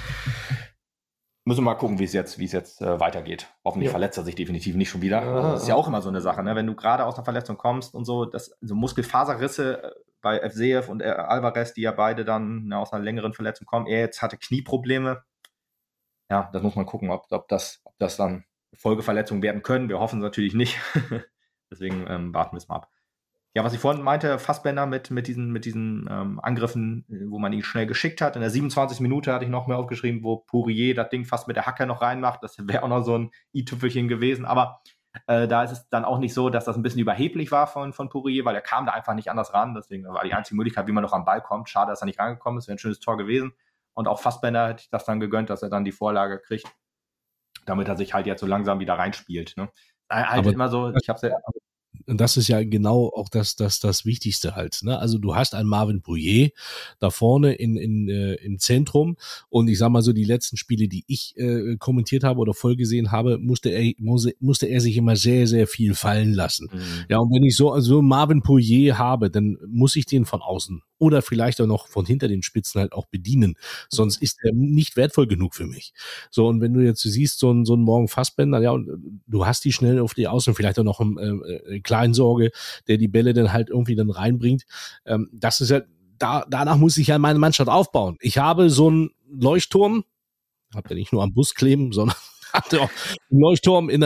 müssen wir mal gucken, wie es jetzt weitergeht. Hoffentlich verletzt er sich definitiv nicht schon wieder. Das ist ja auch immer so eine Sache, ne? Wenn du gerade aus einer Verletzung kommst und so, so Muskelfaserrisse bei Evseev und Alvarez, die ja beide dann aus einer längeren Verletzung kommen. Er jetzt hatte Knieprobleme. Ja, das muss man gucken, ob das dann Folgeverletzungen werden können. Wir hoffen es natürlich nicht. Deswegen warten wir es mal ab. Ja, was ich vorhin meinte, Fassbender mit diesen Angriffen, wo man ihn schnell geschickt hat. In der 27. Minute hatte ich noch mehr aufgeschrieben, wo Pourier das Ding fast mit der Hacke noch reinmacht. Das wäre auch noch so ein i-Tüpfelchen gewesen. Aber da ist es dann auch nicht so, dass das ein bisschen überheblich war von Pourier, weil er kam da einfach nicht anders ran. Deswegen war die einzige Möglichkeit, wie man noch am Ball kommt. Schade, dass er nicht rangekommen ist. Wäre ein schönes Tor gewesen. Und auch Fassbender hätte ich das dann gegönnt, dass er dann die Vorlage kriegt, damit er sich halt jetzt so langsam wieder reinspielt. Ne? Halt immer so, ich hab's ja. Und das ist ja genau auch das Wichtigste halt. Ne? Also du hast einen Marvin Pouillet da vorne im Zentrum und ich sag mal so, die letzten Spiele, die ich kommentiert habe oder voll gesehen habe, musste er sich immer sehr, sehr viel fallen lassen. Mhm. Ja, und wenn ich so Marvin Pouillet habe, dann muss ich den von außen oder vielleicht auch noch von hinter den Spitzen halt auch bedienen. Sonst ist er nicht wertvoll genug für mich. So, und wenn du jetzt siehst, so ein Morgen Fassbender, ja, und du hast die schnell auf die Außen, vielleicht auch noch Kleinsorge, der die Bälle dann halt irgendwie dann reinbringt. Das ist ja, danach muss ich ja meine Mannschaft aufbauen. Ich habe so einen Leuchtturm, hab ja nicht nur am Bus kleben, sondern hatte auch einen Leuchtturm im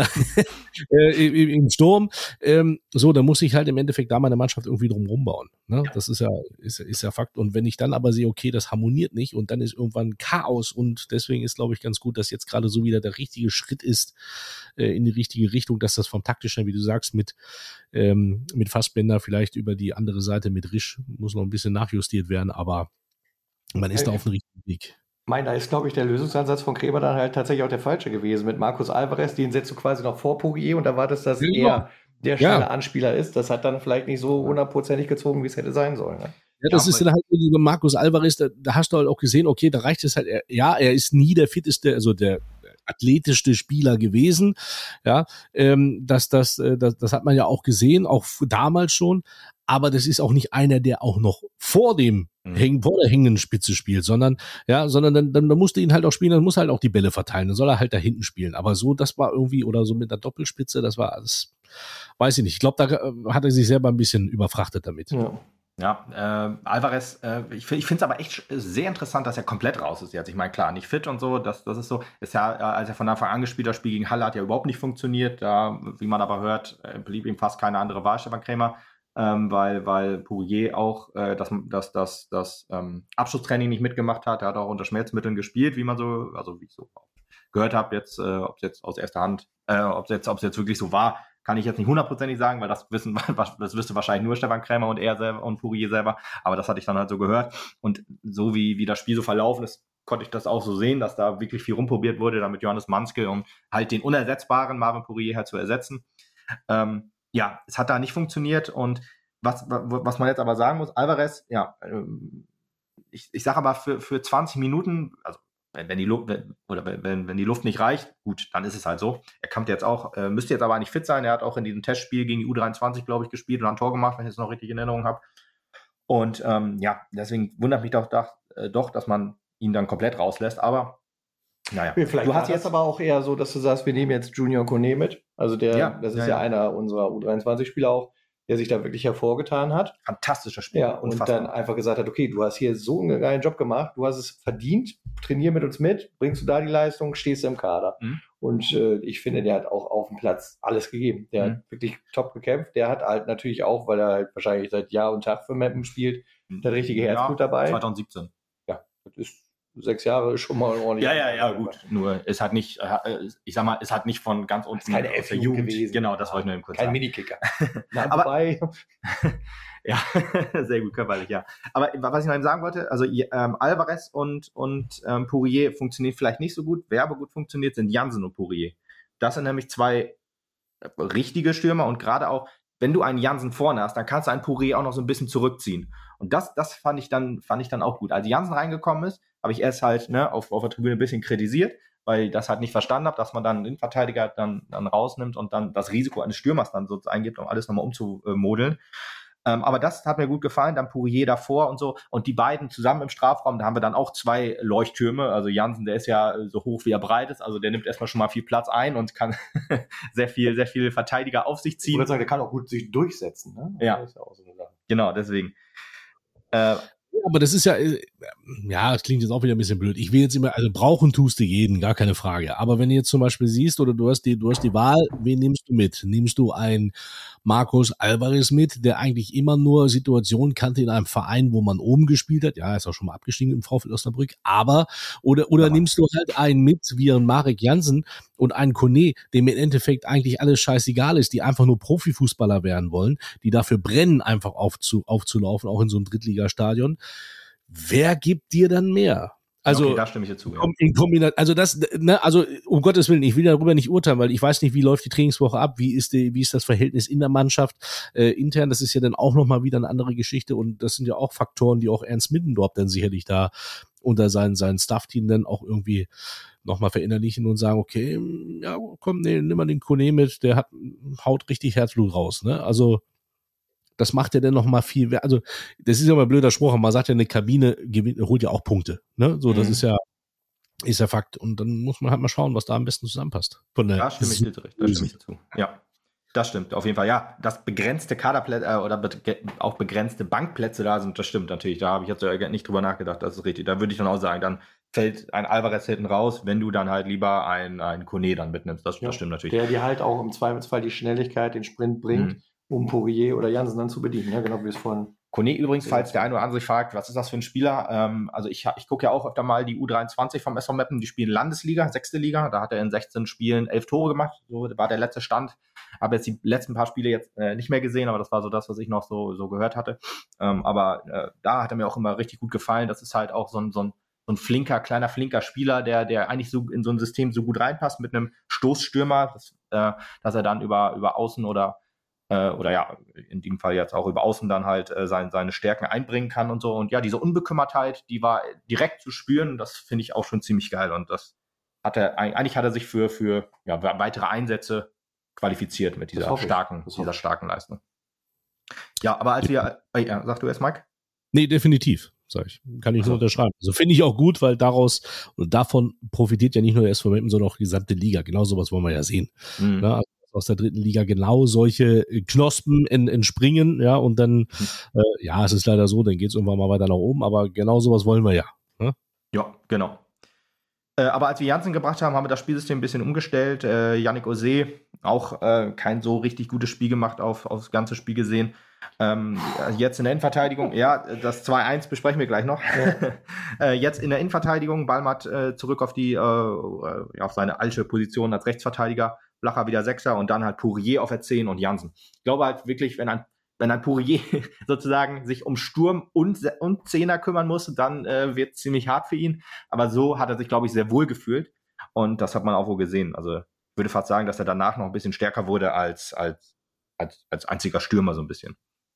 Sturm. So, da muss ich halt im Endeffekt da meine Mannschaft irgendwie drum bauen. Ne? Ja. Das ist ja Fakt. Und wenn ich dann aber sehe, okay, das harmoniert nicht und dann ist irgendwann Chaos und deswegen ist, glaube ich, ganz gut, dass jetzt gerade so wieder der richtige Schritt ist in die richtige Richtung, dass das vom taktischen, wie du sagst, mit Fassbender vielleicht über die andere Seite mit Risch muss noch ein bisschen nachjustiert werden, aber man ist da auf dem richtigen Weg. Da ist, glaube ich, der Lösungsansatz von Kremer dann halt tatsächlich auch der falsche gewesen. Mit Marcus Alvarez, den setzt du quasi noch vor Pourier und erwartest, dass er der schnelle Anspieler ist. Das hat dann vielleicht nicht so hundertprozentig gezogen, wie es hätte sein sollen. Ne? Ja, das ist dann halt über Marcus Alvarez, da hast du halt auch gesehen, okay, da reicht es halt, er ist nie der fitteste, also der athletischste Spieler gewesen, ja, das hat man ja auch gesehen, auch damals schon, aber das ist auch nicht einer, der auch noch vor der hängenden Spitze spielt, sondern dann musst du ihn halt auch spielen, dann muss er halt auch die Bälle verteilen, dann soll er halt da hinten spielen, aber so, das war irgendwie, oder so mit einer Doppelspitze, das war alles, weiß ich nicht, ich glaube, da hat er sich selber ein bisschen überfrachtet damit. Ja, Alvarez, ich finde es aber echt sehr interessant, dass er komplett raus ist jetzt. Ich meine, klar, nicht fit und so, das ist so. Ist ja, als er von Anfang an gespielt hat, das Spiel gegen Halle hat ja überhaupt nicht funktioniert. Da, wie man aber hört, blieb ihm fast keine andere Wahl, Stefan Kremer, weil Pourier auch das Abschlusstraining nicht mitgemacht hat. Er hat auch unter Schmerzmitteln gespielt, wie ich so gehört habe, jetzt, ob es jetzt aus erster Hand, ob es jetzt wirklich so war, kann ich jetzt nicht hundertprozentig sagen, weil das wüsste wahrscheinlich nur Stefan Krämer und er selber und Pourier selber, aber das hatte ich dann halt so gehört und so wie das Spiel so verlaufen ist, konnte ich das auch so sehen, dass da wirklich viel rumprobiert wurde, damit Johannes Manske, um halt den unersetzbaren Marvin Pourier halt zu ersetzen. Es hat da nicht funktioniert und was man jetzt aber sagen muss, Alvarez, ich sage aber für 20 Minuten, also wenn die Luft nicht reicht, gut, dann ist es halt so. Er kommt jetzt auch, müsste jetzt aber eigentlich fit sein. Er hat auch in diesem Testspiel gegen die U23, glaube ich, gespielt und ein Tor gemacht, wenn ich es noch richtig in Erinnerung habe. Und deswegen wundert mich doch, dass man ihn dann komplett rauslässt. Aber naja. Vielleicht war jetzt aber auch eher so, dass du sagst, wir nehmen jetzt Junior Kone mit. Also das ist ja einer unserer U23-Spieler auch, der sich da wirklich hervorgetan hat. Fantastischer Spieler. Ja, und dann einfach gesagt hat, okay, du hast hier so einen geilen Job gemacht, du hast es verdient, trainier mit uns mit, bringst du da die Leistung, stehst du im Kader. Mhm. Und ich finde, der hat auch auf dem Platz alles gegeben. Der hat wirklich top gekämpft. Der hat halt natürlich auch, weil er halt wahrscheinlich seit Jahr und Tag für Meppen spielt, das richtige Herzblut dabei. 2017. Ja, das ist 6 Jahre ist schon mal ordentlich. Ja, gut. Nur es hat nicht, ich sag mal, es hat nicht von ganz unten keine aus der Jugend gewesen. Genau, das wollte ich nur eben kurz sagen. Kein Minikicker. Aber ja, sehr gut körperlich, ja. Aber was ich noch eben sagen wollte, also Alvarez und Pourier funktioniert vielleicht nicht so gut. Wer aber gut funktioniert, sind Jansen und Pourier. Das sind nämlich 2 richtige Stürmer und gerade auch, wenn du einen Jansen vorne hast, dann kannst du einen Pourier auch noch so ein bisschen zurückziehen. Und das fand ich dann auch gut. Als Jansen reingekommen ist, habe ich erst halt auf der Tribüne ein bisschen kritisiert, weil ich das halt nicht verstanden habe, dass man dann den Verteidiger dann rausnimmt und dann das Risiko eines Stürmers dann so eingibt, um alles nochmal umzumodeln. Aber das hat mir gut gefallen, dann Pourier davor und so. Und die beiden zusammen im Strafraum, da haben wir dann auch 2 Leuchttürme. Also Jansen, der ist ja so hoch, wie er breit ist. Also der nimmt erstmal schon mal viel Platz ein und kann sehr viel Verteidiger auf sich ziehen. Ich würde sagen, der kann auch gut sich durchsetzen. Ne? Ja. Das ist ja auch so eine Sache. Genau, deswegen. Aber das ist ja, das klingt jetzt auch wieder ein bisschen blöd. Ich will jetzt immer, also brauchen tust du jeden, gar keine Frage. Aber wenn du jetzt zum Beispiel siehst, oder du hast die Wahl, wen nimmst du mit? Nimmst du einen Marcos Alvarez mit, der eigentlich immer nur Situationen kannte in einem Verein, wo man oben gespielt hat? Ja, er ist auch schon mal abgestiegen im VfL Osnabrück. Oder nimmst du halt einen mit, wie ein Marek Jansen und einen Kone, dem im Endeffekt eigentlich alles scheißegal ist, die einfach nur Profifußballer werden wollen, die dafür brennen, einfach aufzulaufen, auch in so einem Drittligastadion. Wer gibt dir dann mehr? Also, okay, da stimme ich dir zu. Ja. In Kombination, also um Gottes Willen, ich will darüber nicht urteilen, weil ich weiß nicht, wie läuft die Trainingswoche ab, wie ist das Verhältnis in der Mannschaft intern, das ist ja dann auch nochmal wieder eine andere Geschichte und das sind ja auch Faktoren, die auch Ernst Middendorf dann sicherlich da unter seinen Staff-Team dann auch irgendwie nochmal verinnerlichen und sagen, okay, ja komm, nimm mal den Kone mit, der haut richtig Herzblut raus, ne? Also das macht ja dann noch mal viel, also das ist ja mal ein blöder Spruch, man sagt ja, eine Kabine holt ja auch Punkte, ne? So, das ist ja Fakt. Und dann muss man halt mal schauen, was da am besten zusammenpasst. Da stimme ich dir zu. Ja, das stimmt, auf jeden Fall. Ja, dass begrenzte Kaderplätze oder auch begrenzte Bankplätze da sind, das stimmt natürlich. Da habe ich jetzt nicht drüber nachgedacht, das ist richtig. Da würde ich dann auch sagen, dann fällt ein Alvarez hinten raus, wenn du dann halt lieber einen Kone dann mitnimmst. Das stimmt natürlich. Der dir halt auch im Zweifelsfall die Schnelligkeit, den Sprint bringt, um Pourier oder Jansen dann zu bedienen. Ja, genau wie es vorhin. Kone übrigens, falls der eine oder andere sich fragt, was ist das für ein Spieler? Also ich gucke ja auch öfter mal die U23 vom SV Meppen, die spielen Landesliga, 6. Liga. Da hat er in 16 Spielen 11 Tore gemacht. So war der letzte Stand. Habe jetzt die letzten paar Spiele jetzt nicht mehr gesehen, aber das war so das, was ich noch so gehört hatte. Aber da hat er mir auch immer richtig gut gefallen. Das ist halt auch so ein kleiner Spieler, der eigentlich so in so ein System so gut reinpasst mit einem Stoßstürmer, dass er dann über Außen oder ja, in dem Fall jetzt auch über Außen dann halt seine Stärken einbringen kann und so. Und ja, diese Unbekümmertheit, die war direkt zu spüren. Das finde ich auch schon ziemlich geil. Und das hat er sich für weitere Einsätze qualifiziert mit dieser starken Leistung. Ja, aber als wir, sag du erst, Mike? Nee, definitiv, sag ich. Kann ich nur unterschreiben. Also finde ich auch gut, weil davon profitiert ja nicht nur der SV Meppen, sondern auch die gesamte Liga. Genau sowas wollen wir ja sehen. Ne? Also aus der 3. Liga genau solche Knospen entspringen, ja, und dann, es ist leider so, dann geht es irgendwann mal weiter nach oben, aber genau sowas wollen wir ja. Ne? Ja, genau. Aber als wir Jansen gebracht haben, haben wir das Spielsystem ein bisschen umgestellt. Yannick Ose auch kein so richtig gutes Spiel gemacht aufs ganze Spiel gesehen. Jetzt in der Innenverteidigung, das 2-1 besprechen wir gleich noch. Jetzt in der Innenverteidigung, Ballmatt zurück auf seine alte Position als Rechtsverteidiger, Blacher wieder Sechser und dann halt Pourier auf der 10 und Jansen. Ich glaube halt wirklich, wenn ein Pourier sozusagen sich um Sturm und Zehner kümmern muss, dann wird es ziemlich hart für ihn. Aber so hat er sich, glaube ich, sehr wohl gefühlt. Und das hat man auch wohl gesehen. Also ich würde fast sagen, dass er danach noch ein bisschen stärker wurde als einziger Stürmer so ein bisschen.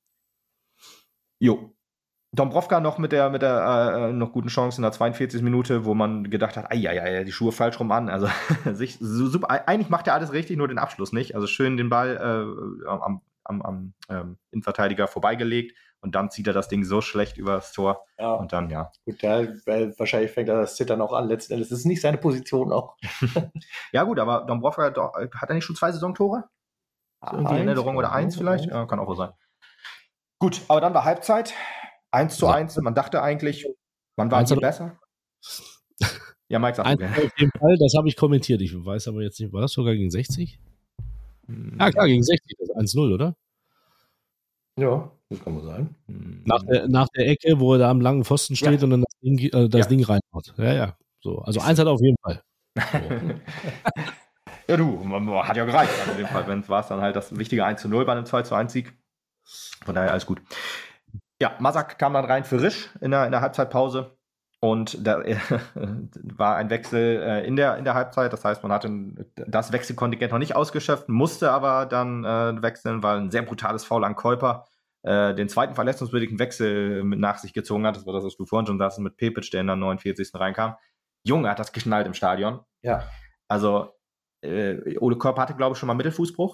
Jo. Dombrovka noch mit der noch guten Chance in der 42. Minute, wo man gedacht hat, die Schuhe falsch rum an. Also super, eigentlich macht er alles richtig, nur den Abschluss nicht. Also schön den Ball am Innenverteidiger vorbeigelegt und dann zieht er das Ding so schlecht übers Tor. Ja. Und dann, Gut, weil wahrscheinlich fängt er das Zittern auch an. Letzten Endes ist es nicht seine Position auch. Ja gut, aber Dombrovka hat er nicht schon 2 Saisontore? Irgendwie in Erinnerung oder 1 vielleicht? Ja, kann auch wohl sein. Gut, aber dann war Halbzeit. 1:1. Man dachte eigentlich, man war viel besser. Ja, Mike sagt okay. Auf jeden Fall, das habe ich kommentiert. Ich weiß aber jetzt nicht, war das sogar gegen 60? Ja, klar, gegen 60, das ist 1:0, oder? Ja. Das kann man sagen. Nach der Ecke, wo er da am langen Pfosten steht und dann das Ding reinhaut. Ja. So. Also eins hat er auf jeden Fall. So. Ja, hat ja gereicht. Also in dem Fall, wenn es war, dann halt das wichtige 1:0 bei einem 2:1-Sieg. Von daher alles gut. Ja, Masak kam dann rein für Risch in der Halbzeitpause. Und da war ein Wechsel in der Halbzeit. Das heißt, man hatte das Wechselkontingent noch nicht ausgeschöpft, musste aber dann wechseln, weil ein sehr brutales Foul an Kuiper den zweiten verletzungsbedingten Wechsel nach sich gezogen hat. Das war das, was du vorhin schon sagst, mit Pepic, der in der 49. reinkam. Junge, hat das geschnallt im Stadion. Ja. Also, Ole Kuiper hatte, glaube ich, schon mal Mittelfußbruch.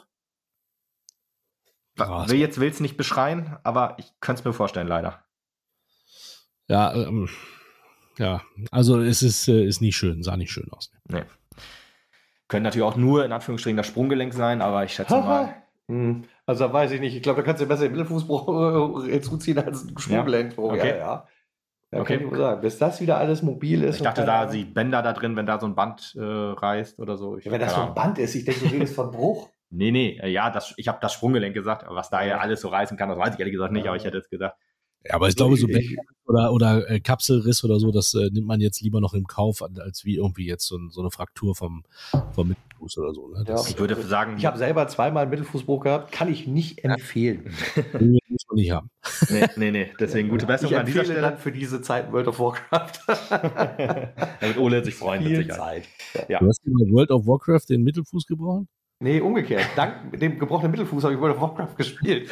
Will es nicht beschreien, aber ich könnte es mir vorstellen, leider. Ja, also es ist nicht schön, sah nicht schön aus. Nee. Können natürlich auch nur in Anführungsstrichen das Sprunggelenk sein, aber ich schätze mal. Also da weiß ich nicht. Ich glaube, da kannst du besser den Mittelfußbruch zuziehen als ein Sprunggelenkbruch. Okay. Ja, kann ich nur sagen. Bis das wieder alles mobil ist. Ich dachte, da sind Bänder da drin, wenn da so ein Band reißt oder so. Wenn das so ein Band ist, ich denke, du redest von Bruch. Nee, ich habe das Sprunggelenk gesagt, aber was da ja alles so reißen kann, das weiß ich ehrlich gesagt nicht, aber ich hätte jetzt gesagt. Ja, aber ich glaube, so oder Kapselriss oder so, das nimmt man jetzt lieber noch im Kauf, als wie irgendwie jetzt so eine Fraktur vom Mittelfuß oder so. Ne? Ich würde sagen, ich habe selber zweimal einen Mittelfußbruch gehabt, kann ich nicht empfehlen. Muss man nicht haben. Nee, deswegen gute Besserung ich an dieser Stelle. Dann für diese Zeit World of Warcraft. Damit Ole sich freuen Viel wird. Zeit. Ja. Du hast in World of Warcraft den Mittelfuß gebrochen? Nee, umgekehrt. Dank dem gebrochenen Mittelfuß habe ich World of Warcraft gespielt.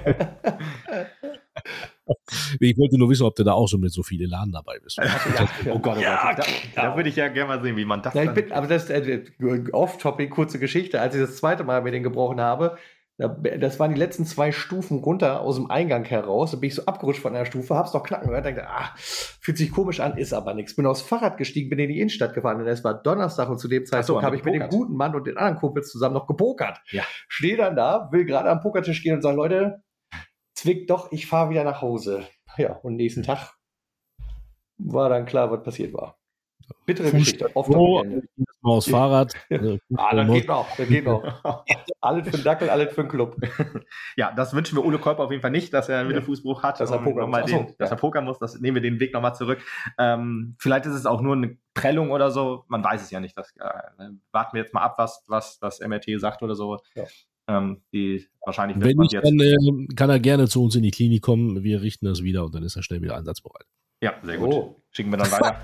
Ich wollte nur wissen, ob du da auch so mit so vielen Elanen dabei bist. Oh Gott. Da würde ich ja gerne mal sehen, wie man das aber das off-topic, kurze Geschichte. Als ich das zweite Mal mit denen gebrochen habe, das waren die letzten 2 Stufen runter aus dem Eingang heraus. Da bin ich so abgerutscht von einer Stufe, hab's doch knacken gehört, dachte, fühlt sich komisch an, ist aber nichts. Bin aufs Fahrrad gestiegen, bin in die Innenstadt gefahren und es war Donnerstag und zu dem Zeitpunkt habe ich mit dem guten Mann und den anderen Kumpels zusammen noch gepokert. Ja. Stehe dann da, will gerade am Pokertisch gehen und sage, Leute, zwickt doch, ich fahre wieder nach Hause. Ja, und nächsten Tag war dann klar, was passiert war. Bittere Geschichte. Aufs Fahrrad. Das geht noch. Alles für den Dackel, alles für den Club. Ja, das wünschen wir Ole Kuiper auf jeden Fall nicht, dass er einen Mittelfußbruch hat. Dass er pokern muss. Dass er pokern muss, das nehmen wir den Weg nochmal zurück. Vielleicht ist es auch nur eine Prellung oder so. Man weiß es ja nicht. Warten wir jetzt mal ab, was das MRT sagt oder so. Ja. Die wahrscheinlich wenn nicht, dann kann er gerne zu uns in die Klinik kommen. Wir richten das wieder und dann ist er schnell wieder einsatzbereit. Ja, sehr gut. Schicken wir dann weiter.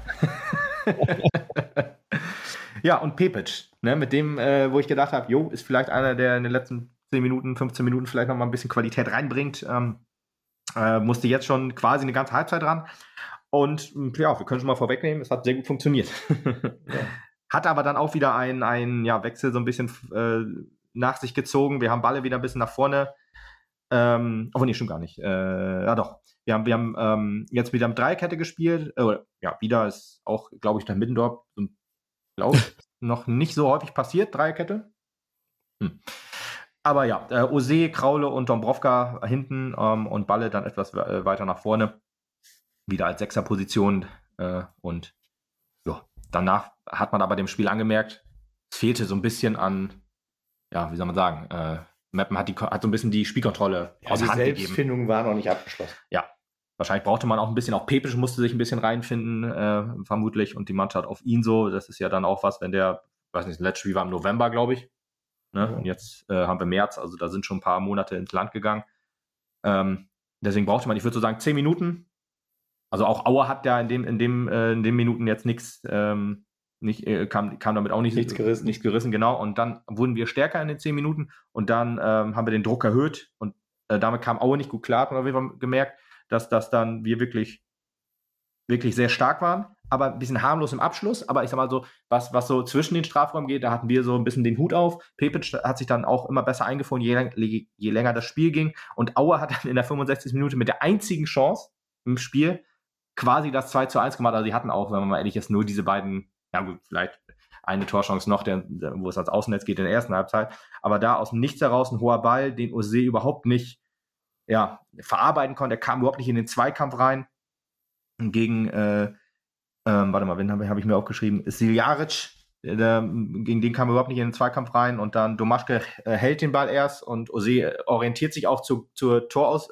Ja, und Pepic, ne, mit dem, wo ich gedacht habe, ist vielleicht einer, der in den letzten 10 Minuten, 15 Minuten vielleicht noch mal ein bisschen Qualität reinbringt. Musste jetzt schon quasi eine ganze Halbzeit ran. Und ja, wir können schon mal vorwegnehmen, es hat sehr gut funktioniert. Hat aber dann auch wieder ein Wechsel so ein bisschen nach sich gezogen. Wir haben Balle wieder ein bisschen nach vorne. Nee, stimmt gar nicht. Ja, doch. Wir haben jetzt wieder mit Dreierkette gespielt. Wieder ist auch, glaube ich, nach Middendorf noch nicht so häufig passiert, Dreierkette. Aber ja, Ose, Kraule und Dombrovka hinten und Balle dann etwas weiter nach vorne. Wieder als Sechserposition. Und ja, danach hat man aber dem Spiel angemerkt, es fehlte so ein bisschen an, wie soll man sagen, Meppen hat so ein bisschen die Spielkontrolle aus der Hand gegeben. Die Selbstfindung war noch nicht abgeschlossen. Ja, wahrscheinlich brauchte man auch ein bisschen, auch Pepic musste sich ein bisschen reinfinden, vermutlich, und die Mannschaft auf ihn so. Das ist ja dann auch was, wenn der, weiß nicht, das letzte Spiel war im November, glaube ich. Ne? Ja. Und jetzt haben wir März, also da sind schon ein paar Monate ins Land gegangen. Deswegen brauchte man, ich würde so sagen, 10 Minuten. Also auch Auer hat ja in den Minuten jetzt nichts, kam damit auch nichts gerissen, genau. Und dann wurden wir stärker in den 10 Minuten und dann haben wir den Druck erhöht und damit kam Aue nicht gut klar. Und auf jeden Fall gemerkt, dass dann wir wirklich, wirklich sehr stark waren, aber ein bisschen harmlos im Abschluss. Aber ich sag mal so, was so zwischen den Strafräumen geht, da hatten wir so ein bisschen den Hut auf. Pepic hat sich dann auch immer besser eingefunden, je länger das Spiel ging. Und Aue hat dann in der 65. Minute mit der einzigen Chance im Spiel quasi das 2:1 gemacht. Also die hatten auch, wenn man mal ehrlich ist, nur diese beiden, ja gut, vielleicht eine Torchance noch, wo es ans Außennetz geht in der ersten Halbzeit. Aber da aus dem Nichts heraus ein hoher Ball, den Ose überhaupt nicht verarbeiten konnte. Er kam überhaupt nicht in den Zweikampf rein. Gegen, wen habe ich mir aufgeschrieben? Siljaric, gegen den kam er überhaupt nicht in den Zweikampf rein und dann Domaschke hält den Ball erst und Ose orientiert sich auch zum Tor,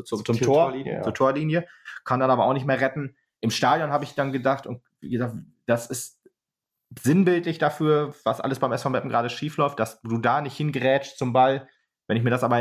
zur Torlinie, kann dann aber auch nicht mehr retten. Im Stadion habe ich dann gedacht, und wie gesagt, das ist sinnbildlich dafür, was alles beim SV Meppen gerade schief läuft, dass du da nicht hingerätscht zum Ball. Wenn ich mir das aber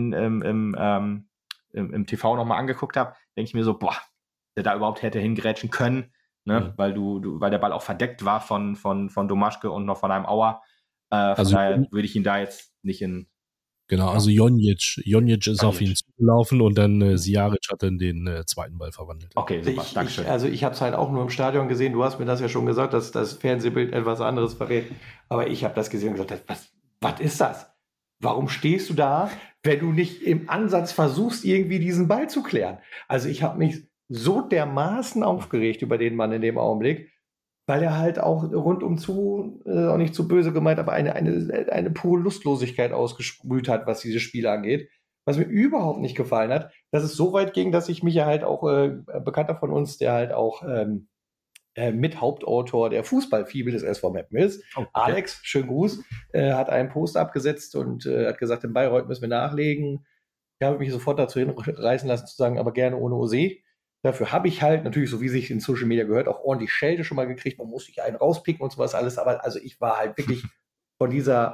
im TV nochmal angeguckt habe, denke ich mir so, boah, der da überhaupt hätte hingerätschen können, ne? Weil der Ball auch verdeckt war von Domaschke und noch von einem Auer. Von daher würde ich ihn da jetzt nicht in... Genau, also Jonjic ist auf ihn zugelaufen und dann Sijaric hat dann den zweiten Ball verwandelt. Okay, super, Dankeschön. Ich habe es halt auch nur im Stadion gesehen, du hast mir das ja schon gesagt, dass das Fernsehbild etwas anderes verrät, aber ich habe das gesehen und gesagt, was ist das? Warum stehst du da, wenn du nicht im Ansatz versuchst, irgendwie diesen Ball zu klären? Also ich habe mich so dermaßen aufgeregt über den Mann in dem Augenblick, weil er halt auch rundum auch nicht zu böse gemeint, aber eine pure Lustlosigkeit ausgesprüht hat, was dieses Spiel angeht. Was mir überhaupt nicht gefallen hat, dass es so weit ging, dass ich mich ja halt auch, Bekannter von uns, der halt auch Mithauptautor der Fußballfibel des SV Meppen ist, okay. Alex, schönen Gruß, hat einen Post abgesetzt und hat gesagt, in Bayreuth müssen wir nachlegen. Ich habe mich sofort dazu hinreißen lassen zu sagen, aber gerne ohne Ose. Dafür habe ich halt, natürlich, so wie sich in Social Media gehört, auch ordentlich Schelte schon mal gekriegt. Man muss sich einen rauspicken und sowas alles. Aber also ich war halt wirklich von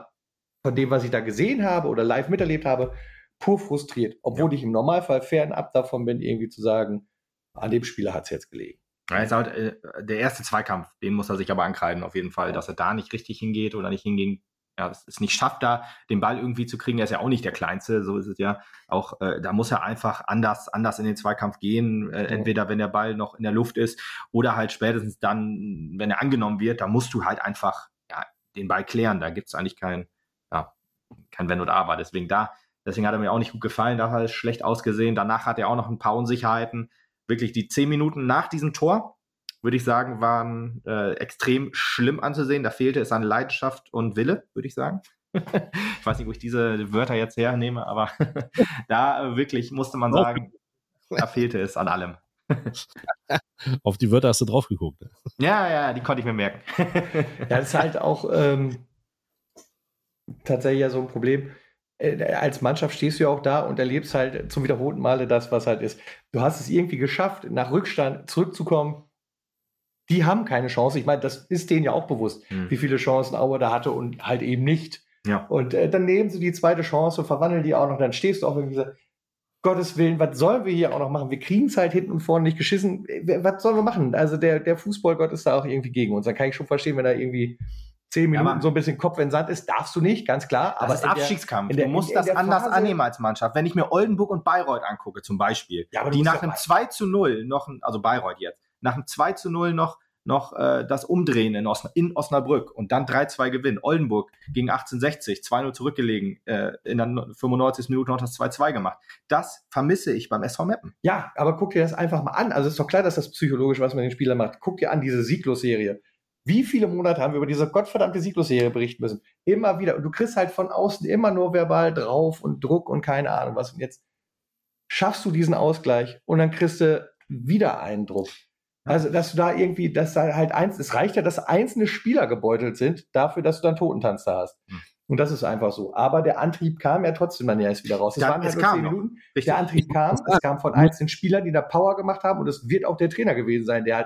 dem, was ich da gesehen habe oder live miterlebt habe, pur frustriert. Obwohl ich im Normalfall fernab davon bin, irgendwie zu sagen, an dem Spieler hat es jetzt gelegen. Ja, jetzt halt, der erste Zweikampf, den muss er sich aber ankreiden auf jeden Fall, dass er da nicht richtig hingeht oder nicht hingehen. Ja, es nicht schafft, da den Ball irgendwie zu kriegen. Er ist ja auch nicht der Kleinste, so ist es ja. Auch da muss er einfach anders in den Zweikampf gehen. Entweder wenn der Ball noch in der Luft ist oder halt spätestens dann, wenn er angenommen wird, da musst du halt einfach den Ball klären. Da gibt es eigentlich kein Wenn und Aber. Deswegen hat er mir auch nicht gut gefallen. Da hat er schlecht ausgesehen. Danach hat er auch noch ein paar Unsicherheiten. Wirklich die 10 Minuten nach diesem Tor, würde ich sagen, waren extrem schlimm anzusehen. Da fehlte es an Leidenschaft und Wille, würde ich sagen. Ich weiß nicht, wo ich diese Wörter jetzt hernehme, aber da wirklich musste man sagen, da fehlte es an allem. Auf die Wörter hast du drauf geguckt. Ne? Ja, die konnte ich mir merken. Ja, das ist halt auch tatsächlich ja so ein Problem. Als Mannschaft stehst du ja auch da und erlebst halt zum wiederholten Male das, was halt ist. Du hast es irgendwie geschafft, nach Rückstand zurückzukommen. Die haben keine Chance. Ich meine, das ist denen ja auch bewusst, wie viele Chancen Aue da hatte und halt eben nicht. Ja. Und dann nehmen sie die zweite Chance und verwandeln die auch noch. Dann stehst du auch irgendwie so, Gottes Willen, was sollen wir hier auch noch machen? Wir kriegen es halt hinten und vorne nicht geschissen. Was sollen wir machen? Also der Fußballgott ist da auch irgendwie gegen uns. Dann kann ich schon verstehen, wenn da irgendwie 10 Minuten so ein bisschen Kopf in den Sand ist, darfst du nicht, ganz klar. Aber das ist Abstiegskampf. Du musst das anders annehmen als Mannschaft. Wenn ich mir Oldenburg und Bayreuth angucke zum Beispiel, die nach einem 2:0 also Bayreuth jetzt, nach einem 2:0 noch das Umdrehen in Osnabrück und dann 3:2 gewinnen. Oldenburg gegen 1860, 2:0 zurückgelegen, in der 95. Minute noch das 2:2 gemacht. Das vermisse ich beim SV Meppen. Ja, aber guck dir das einfach mal an. Also es ist doch klar, dass das psychologisch was mit den Spielern macht. Guck dir an, diese Sieglos-Serie. Wie viele Monate haben wir über diese gottverdammte Sieglos-Serie berichten müssen? Immer wieder. Und du kriegst halt von außen immer nur verbal drauf und Druck und keine Ahnung was. Und jetzt schaffst du diesen Ausgleich und dann kriegst du wieder einen Druck. Also, dass du da irgendwie, es reicht ja, dass einzelne Spieler gebeutelt sind, dafür, dass du dann Totentanz da hast. Und das ist einfach so. Aber der Antrieb kam ja trotzdem dann erst wieder raus. Es waren halt nur 10 Minuten. Richtig. Der Antrieb kam, es kam von einzelnen Spielern, die da Power gemacht haben und es wird auch der Trainer gewesen sein, der halt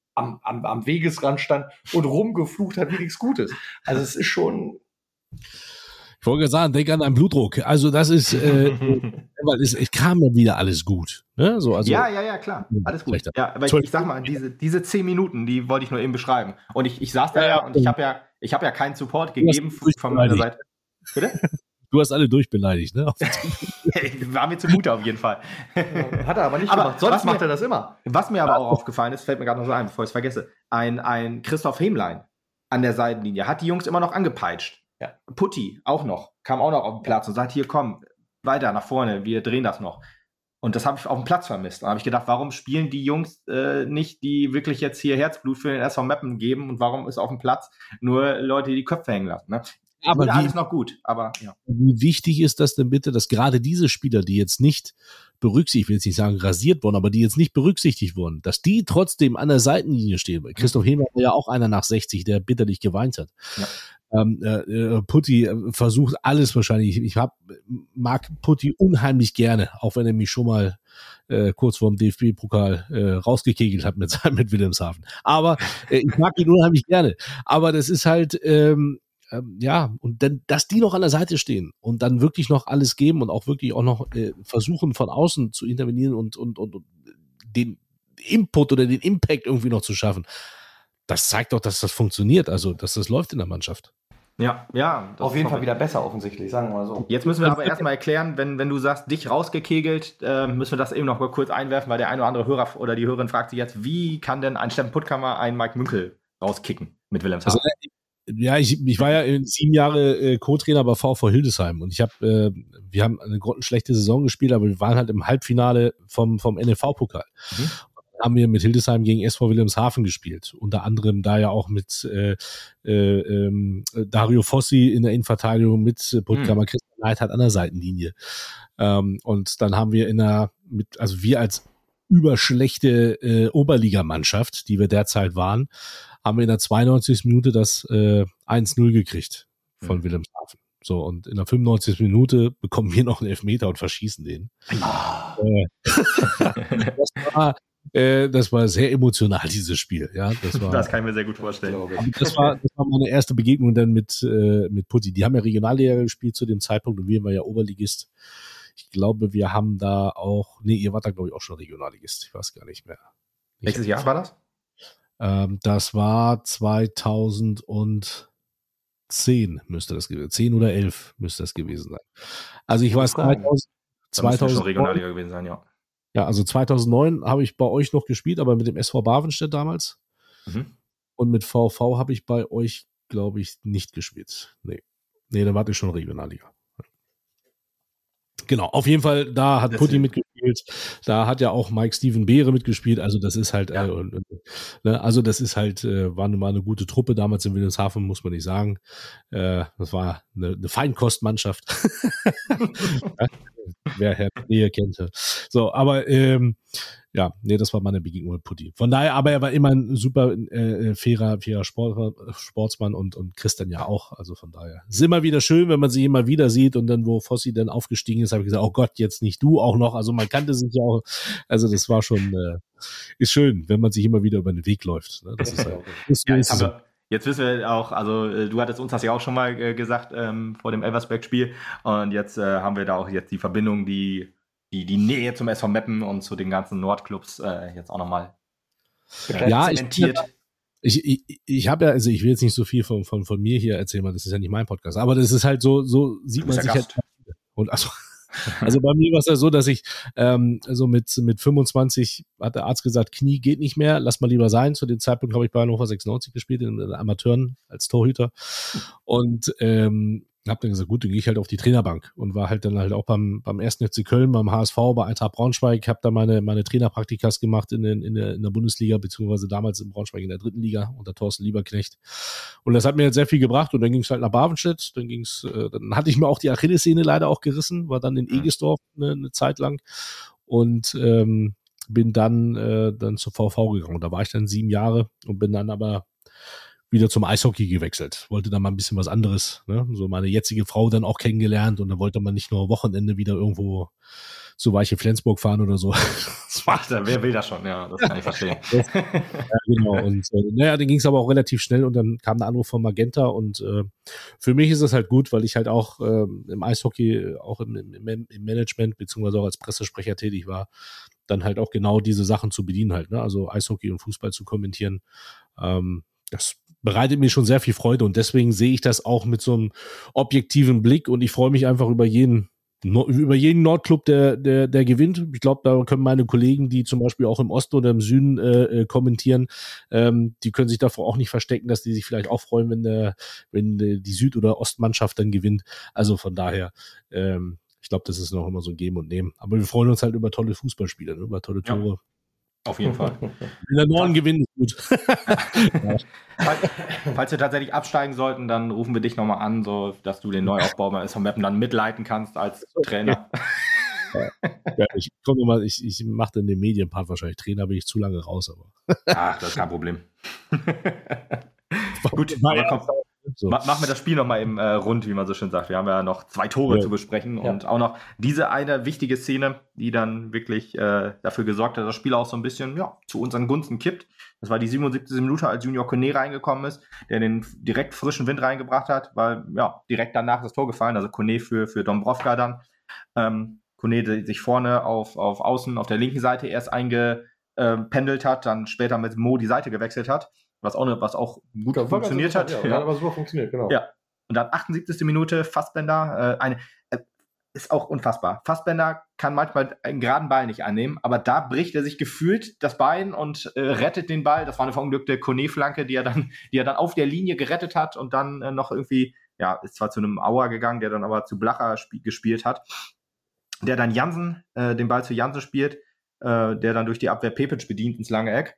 am Wegesrand stand und rumgeflucht hat wie nichts Gutes. Also es ist schon... Ich wollte sagen, denk an deinen Blutdruck. Also das ist, weil es kam ja wieder alles gut. Ne? So, also, ja, klar. Alles gut. Ja, aber ich sag mal, diese 10 Minuten, die wollte ich nur eben beschreiben. Und ich saß da und ich habe ja keinen Support gegeben von meiner Seite. Bitte? Du hast alle durchbeleidigt, ne? War mir zumute auf jeden Fall. Hat er aber nicht gemacht. Sonst macht er das immer. Was mir aber auch aufgefallen ist, fällt mir gerade noch so ein, bevor ich es vergesse, ein Christoph Hemlein an der Seitenlinie hat die Jungs immer noch angepeitscht. Ja. Putti kam auch noch auf den Platz und sagt, hier komm, weiter nach vorne, wir drehen das noch. Und das habe ich auf dem Platz vermisst. Da habe ich gedacht, warum spielen die Jungs nicht, die wirklich jetzt hier Herzblut für den SV Meppen geben und warum ist auf dem Platz nur Leute, die Köpfe hängen lassen, ne? Aber alles noch gut, aber ja. Wie wichtig ist das denn bitte, dass gerade diese Spieler, die jetzt nicht berücksichtigt, ich will jetzt nicht sagen rasiert wurden, aber die jetzt nicht berücksichtigt wurden, dass die trotzdem an der Seitenlinie stehen. Weil Christoph Hehmer war ja auch einer nach 60, der bitterlich geweint hat. Ja. Putti versucht alles wahrscheinlich. Mag Putti unheimlich gerne, auch wenn er mich schon mal kurz vorm DFB-Pokal rausgekegelt hat mit Wilhelmshaven. Aber ich mag ihn unheimlich gerne. Aber das ist halt und dann, dass die noch an der Seite stehen und dann wirklich noch alles geben und auch wirklich auch noch versuchen von außen zu intervenieren und den Input oder den Impact irgendwie noch zu schaffen. Das zeigt doch, dass das funktioniert, also dass das läuft in der Mannschaft. Ja. Auf jeden Fall wieder besser offensichtlich, sagen wir mal so. Jetzt müssen wir aber erstmal erklären, wenn du sagst, dich rausgekegelt, müssen wir das eben noch mal kurz einwerfen, weil der eine oder andere Hörer oder die Hörerin fragt sich jetzt, wie kann denn ein Steffen Puttkammer einen Mike Münkel rauskicken mit Wilhelmshaven? Also, ja, ich war ja 7 Jahre Co-Trainer bei VfL Hildesheim und wir haben eine grottenschlechte Saison gespielt, aber wir waren halt im Halbfinale vom NFV-Pokal. Haben wir mit Hildesheim gegen SV Wilhelmshaven gespielt. Unter anderem da ja auch mit Dario Fossi in der Innenverteidigung, mit Puttkammer, Christian Neidhardt an der Seitenlinie. Und dann haben wir wir als überschlechte Oberligamannschaft, die wir derzeit waren, haben wir in der 92. Minute das 1-0 gekriegt von Wilhelmshaven. So, und in der 95. Minute bekommen wir noch einen Elfmeter und verschießen den. Das war sehr emotional, dieses Spiel. Ja, das kann ich mir sehr gut vorstellen. Das war meine erste Begegnung dann mit Putti. Die haben ja Regionalliga gespielt zu dem Zeitpunkt und wir waren ja Oberligist. Ich glaube, wir haben da auch, ihr wart da glaube ich auch schon Regionalligist. Ich weiß gar nicht mehr. Welches Jahr war das? Das war 2010 müsste das gewesen sein. 10 oder 11 müsste das gewesen sein. Also ich weiß 2000 schon Regionalliga gewesen sein, ja. Ja, also 2009 habe ich bei euch noch gespielt, aber mit dem SV Barvenstedt damals. Und mit VV habe ich bei euch, glaube ich, nicht gespielt. Nee, dann warte ich schon Regionalliga. Genau, auf jeden Fall, da hat Putti mitgespielt, da hat ja auch Mike Steven Beere mitgespielt, also das ist halt, also das ist halt, war eine gute Truppe damals in Wilhelmshaven, muss man nicht sagen. Das war eine Feinkostmannschaft. Wer Herr Nähe kennt. So, aber das war meine Begegnung mit Putti. Von daher, aber er war immer ein super fairer Sportsmann und Christian ja auch. Also von daher ist immer wieder schön, wenn man sich immer wieder sieht und dann, wo Fossi dann aufgestiegen ist, habe ich gesagt, oh Gott, jetzt nicht du auch noch. Also man kannte sich ja auch. Also das war schon, ist schön, wenn man sich immer wieder über den Weg läuft. Ne? Das ist halt, jetzt wissen wir auch, also du hattest uns das ja auch schon mal gesagt vor dem Elversberg-Spiel und jetzt haben wir da auch jetzt die Verbindung, die Nähe zum SV Meppen und zu den ganzen Nordclubs jetzt auch nochmal zementiert. Ich habe ja, also ich will jetzt nicht so viel von mir hier erzählen, weil das ist ja nicht mein Podcast, aber das ist halt so sieht man sich halt. Und also bei mir war es ja so, dass ich so mit 25 hat der Arzt gesagt, Knie geht nicht mehr, lass mal lieber sein. Zu dem Zeitpunkt habe ich bei Hannover 96 gespielt, in den Amateuren als Torhüter. Und habe dann gesagt, gut, dann gehe ich halt auf die Trainerbank und war halt dann halt auch beim 1. FC Köln, beim HSV, bei Eintracht Braunschweig, habe da meine Trainerpraktikas gemacht in der Bundesliga, beziehungsweise damals in Braunschweig in der 3. Liga unter Thorsten Lieberknecht. Und das hat mir halt sehr viel gebracht und dann ging es halt nach Barvenstedt, dann hatte ich mir auch die Achillessehne leider auch gerissen, war dann in Egesdorf eine Zeit lang und bin dann zur VV gegangen. Und da war ich dann 7 Jahre und bin dann aber wieder zum Eishockey gewechselt. Wollte dann mal ein bisschen was anderes, ne? So meine jetzige Frau dann auch kennengelernt und dann wollte man nicht nur Wochenende wieder irgendwo zu Weiche Flensburg fahren oder so. Wer will das schon? Ja, das kann ich verstehen. Ja, genau. Und dann ging es aber auch relativ schnell und dann kam der Anruf von Magenta und für mich ist das halt gut, weil ich halt auch im Eishockey, auch im Management beziehungsweise auch als Pressesprecher tätig war, dann halt auch genau diese Sachen zu bedienen halt, ne? Also Eishockey und Fußball zu kommentieren. Das bereitet mir schon sehr viel Freude und deswegen sehe ich das auch mit so einem objektiven Blick und ich freue mich einfach über jeden Nordclub, der gewinnt. Ich glaube, da können meine Kollegen, die zum Beispiel auch im Osten oder im Süden kommentieren, die können sich davor auch nicht verstecken, dass die sich vielleicht auch freuen, wenn die Süd- oder Ostmannschaft dann gewinnt. Also von daher, ich glaube, das ist noch immer so ein Geben und Nehmen. Aber wir freuen uns halt über tolle Fußballspieler, über tolle Tore. Ja. Auf jeden Fall. Wenn der Norden gewinnt, ist gut. Falls wir tatsächlich absteigen sollten, dann rufen wir dich nochmal an, so dass du den Neuaufbau bei SV Meppen dann mitleiten kannst als Trainer. Ja, ich mache dann den Medienpart wahrscheinlich. Trainer bin ich zu lange raus, aber. Ach, das ist kein Problem. Gut, aber komm. So. Machen wir das Spiel nochmal eben rund, wie man so schön sagt. Wir haben ja noch 2 Tore zu besprechen und auch noch diese eine wichtige Szene, die dann wirklich dafür gesorgt hat, dass das Spiel auch so ein bisschen zu unseren Gunsten kippt. Das war die 77. Minute, als Junior Kone reingekommen ist, der den direkt frischen Wind reingebracht hat, weil direkt danach das Tor gefallen, also Kone für Dombrovka dann. Kone sich vorne auf Außen auf der linken Seite erst eingependelt hat, dann später mit Mo die Seite gewechselt hat. Was auch gut funktioniert hat. Ja, aber super funktioniert, genau. Ja. Und dann 78. Minute, Fassbender, ist auch unfassbar. Fassbender kann manchmal einen geraden Ball nicht annehmen, aber da bricht er sich gefühlt das Bein und rettet den Ball. Das war eine verunglückte Kone-Flanke, die er dann auf der Linie gerettet hat und dann noch irgendwie, ist zwar zu einem Auer gegangen, der dann aber zu Blacher gespielt hat. Der dann den Ball zu Jansen spielt, der dann durch die Abwehr Pepic bedient ins lange Eck.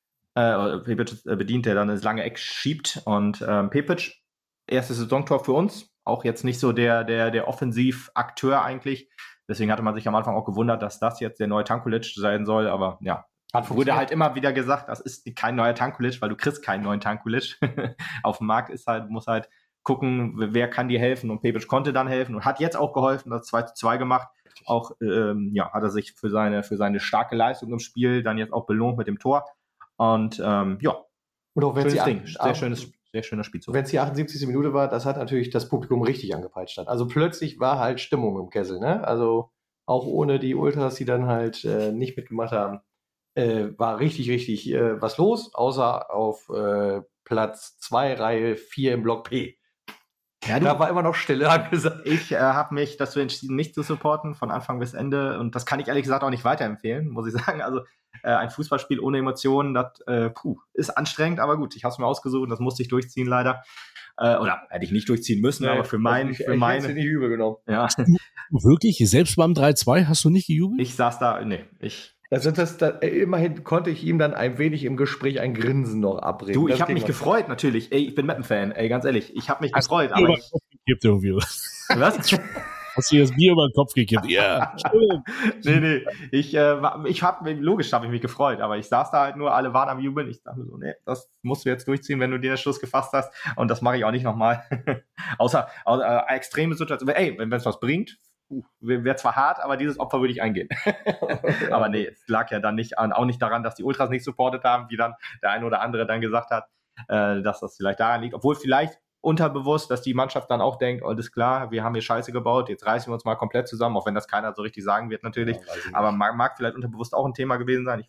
Pepic bedient, der dann ins lange Eck schiebt und Pepic, erstes Saisontor für uns, auch jetzt nicht so der Offensivakteur eigentlich, deswegen hatte man sich am Anfang auch gewundert, dass das jetzt der neue Tankulic sein soll, aber wurde halt immer wieder gesagt, das ist kein neuer Tankulic, weil du kriegst keinen neuen Tankulic. Auf dem Markt muss halt gucken, wer kann dir helfen und Pepic konnte dann helfen und hat jetzt auch geholfen, das 2:2 gemacht. Auch hat er sich für seine starke Leistung im Spiel dann jetzt auch belohnt mit dem Tor. Und und auch wenn sehr schöner Spielzug. Wenn es die 78. Minute war, das hat natürlich das Publikum richtig angepeitscht. Also plötzlich war halt Stimmung im Kessel, ne? Also auch ohne die Ultras, die dann halt nicht mitgemacht haben, war richtig was los, außer auf Platz 2, Reihe 4 im Block P. Ja, da war immer noch Stille angesagt. Ich habe mich dazu entschieden, nicht zu supporten, von Anfang bis Ende. Und das kann ich ehrlich gesagt auch nicht weiterempfehlen, muss ich sagen. Also ein Fußballspiel ohne Emotionen, das ist anstrengend, aber gut, ich habe es mir ausgesucht und das musste ich durchziehen leider. Oder hätte ich nicht durchziehen müssen, aber für meine... Ich hätte es nicht übel genommen. Ja. Wirklich? Selbst beim 3:2 hast du nicht gejubelt? Ich saß da, immerhin konnte ich ihm dann ein wenig im Gespräch ein Grinsen noch abbringen. Du, ich habe mich gefreut, natürlich. Ey, ich bin Meppen-Fan, ganz ehrlich. Ich habe mich gefreut. Aber was? Hast du das Bier über den Kopf gekippt? Ja. Nee. Logisch habe ich mich gefreut, aber ich saß da halt nur, alle waren am Jubeln. Ich dachte mir so, das musst du jetzt durchziehen, wenn du dir den Schluss gefasst hast. Und das mache ich auch nicht nochmal. außer extreme Situation. Ey, wenn es was bringt, wäre zwar hart, aber dieses Opfer würde ich eingehen. Aber nee, es lag ja dann auch nicht daran, dass die Ultras nicht supportet haben, wie dann der eine oder andere dann gesagt hat, dass das vielleicht daran liegt. Obwohl vielleicht unterbewusst, dass die Mannschaft dann auch denkt, alles klar, wir haben hier Scheiße gebaut, jetzt reißen wir uns mal komplett zusammen, auch wenn das keiner so richtig sagen wird natürlich. Ja, aber mag vielleicht unterbewusst auch ein Thema gewesen sein.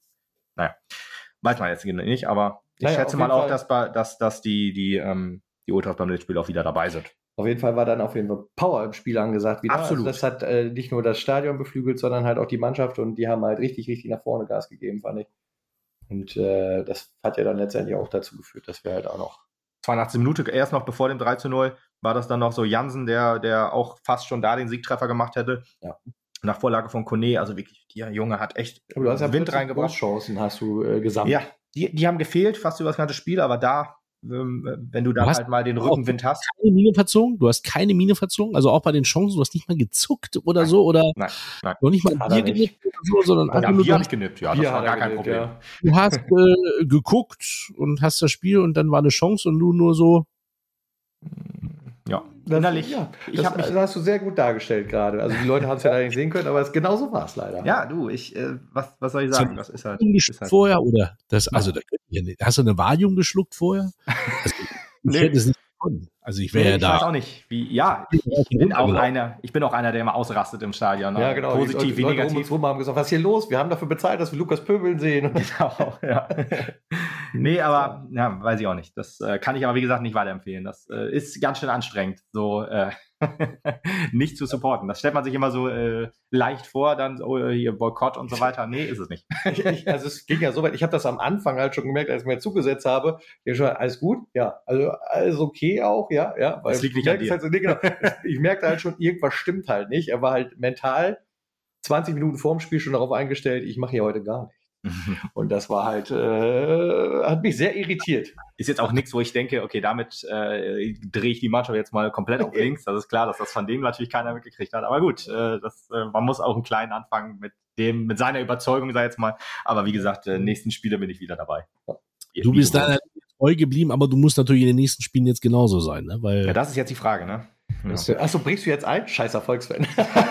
Weiß man jetzt nicht, aber ich schätze mal auch, dass die Ultras beim Spiel auch wieder dabei sind. Auf jeden Fall war dann Power im Spiel angesagt wieder. Absolut. Also das hat nicht nur das Stadion beflügelt, sondern halt auch die Mannschaft und die haben halt richtig nach vorne Gas gegeben, fand ich. Und das hat ja dann letztendlich auch dazu geführt, dass wir halt auch noch 82. Minute, erst noch bevor dem 3:0, war das dann noch so Jansen, der auch fast schon da den Siegtreffer gemacht hätte. Ja. Nach Vorlage von Kone, also wirklich, der Junge hat echt Wind reingebracht. Chancen hast du gesammelt. Ja, die haben gefehlt, fast über das ganze Spiel, aber da, wenn du dann halt mal den Rückenwind hast. Du hast keine Miene verzogen, also auch bei den Chancen, du hast nicht mal gezuckt oder so, oder nein. noch nicht mal ein Bier genippt oder so, sondern einfach nur... Bier habe ich genippt, das war gar kein Problem. Ja. Du hast geguckt und hast das Spiel und dann war eine Chance und du nur so... Ja, innerlich. Ja, das hast du sehr gut dargestellt gerade. Also die Leute haben es ja leider nicht sehen können, aber genauso war es leider. Ja, du, was soll ich sagen? Das ist halt vorher oder das, also da hast du eine Valium geschluckt vorher? Also, ich hätte es nicht gefunden. Also ich wäre da. Ich weiß auch nicht. Ich bin auch einer, der immer ausrastet im Stadion. Ja, genau. Positiv wie negativ. Um uns rum haben gesagt, was ist hier los? Wir haben dafür bezahlt, dass wir Lukas Pöbeln sehen. Genau, ja. Nee, aber weiß ich auch nicht. Das kann ich aber, wie gesagt, nicht weiterempfehlen. Das ist ganz schön anstrengend, so nicht zu supporten. Das stellt man sich immer so leicht vor, dann hier Boykott und so weiter. Nee, ist es nicht. Also es ging ja so weit, ich habe das am Anfang halt schon gemerkt, als ich mir zugesetzt habe, schon, alles gut? Ja, also alles okay auch, ja. Weil das liegt nicht an dir. Halt so, nee, genau. Ich merkte halt schon, irgendwas stimmt halt nicht. Er war halt mental 20 Minuten vorm Spiel schon darauf eingestellt, ich mache hier heute gar nichts. Und das war halt, hat mich sehr irritiert. Ist jetzt auch nichts, wo ich denke, okay, damit drehe ich die Mannschaft jetzt mal komplett auf links. Das ist klar, dass das von dem natürlich keiner mitgekriegt hat. Aber gut, man muss auch einen kleinen anfangen mit seiner Überzeugung, sag ich jetzt mal. Aber wie gesagt, nächsten Spiele bin ich wieder dabei. Du bist da treu geblieben, aber du musst natürlich in den nächsten Spielen jetzt genauso sein, ne? Weil ja, das ist jetzt die Frage, ne? Ja. Achso, bringst du jetzt ein? Scheiß Erfolgsfan.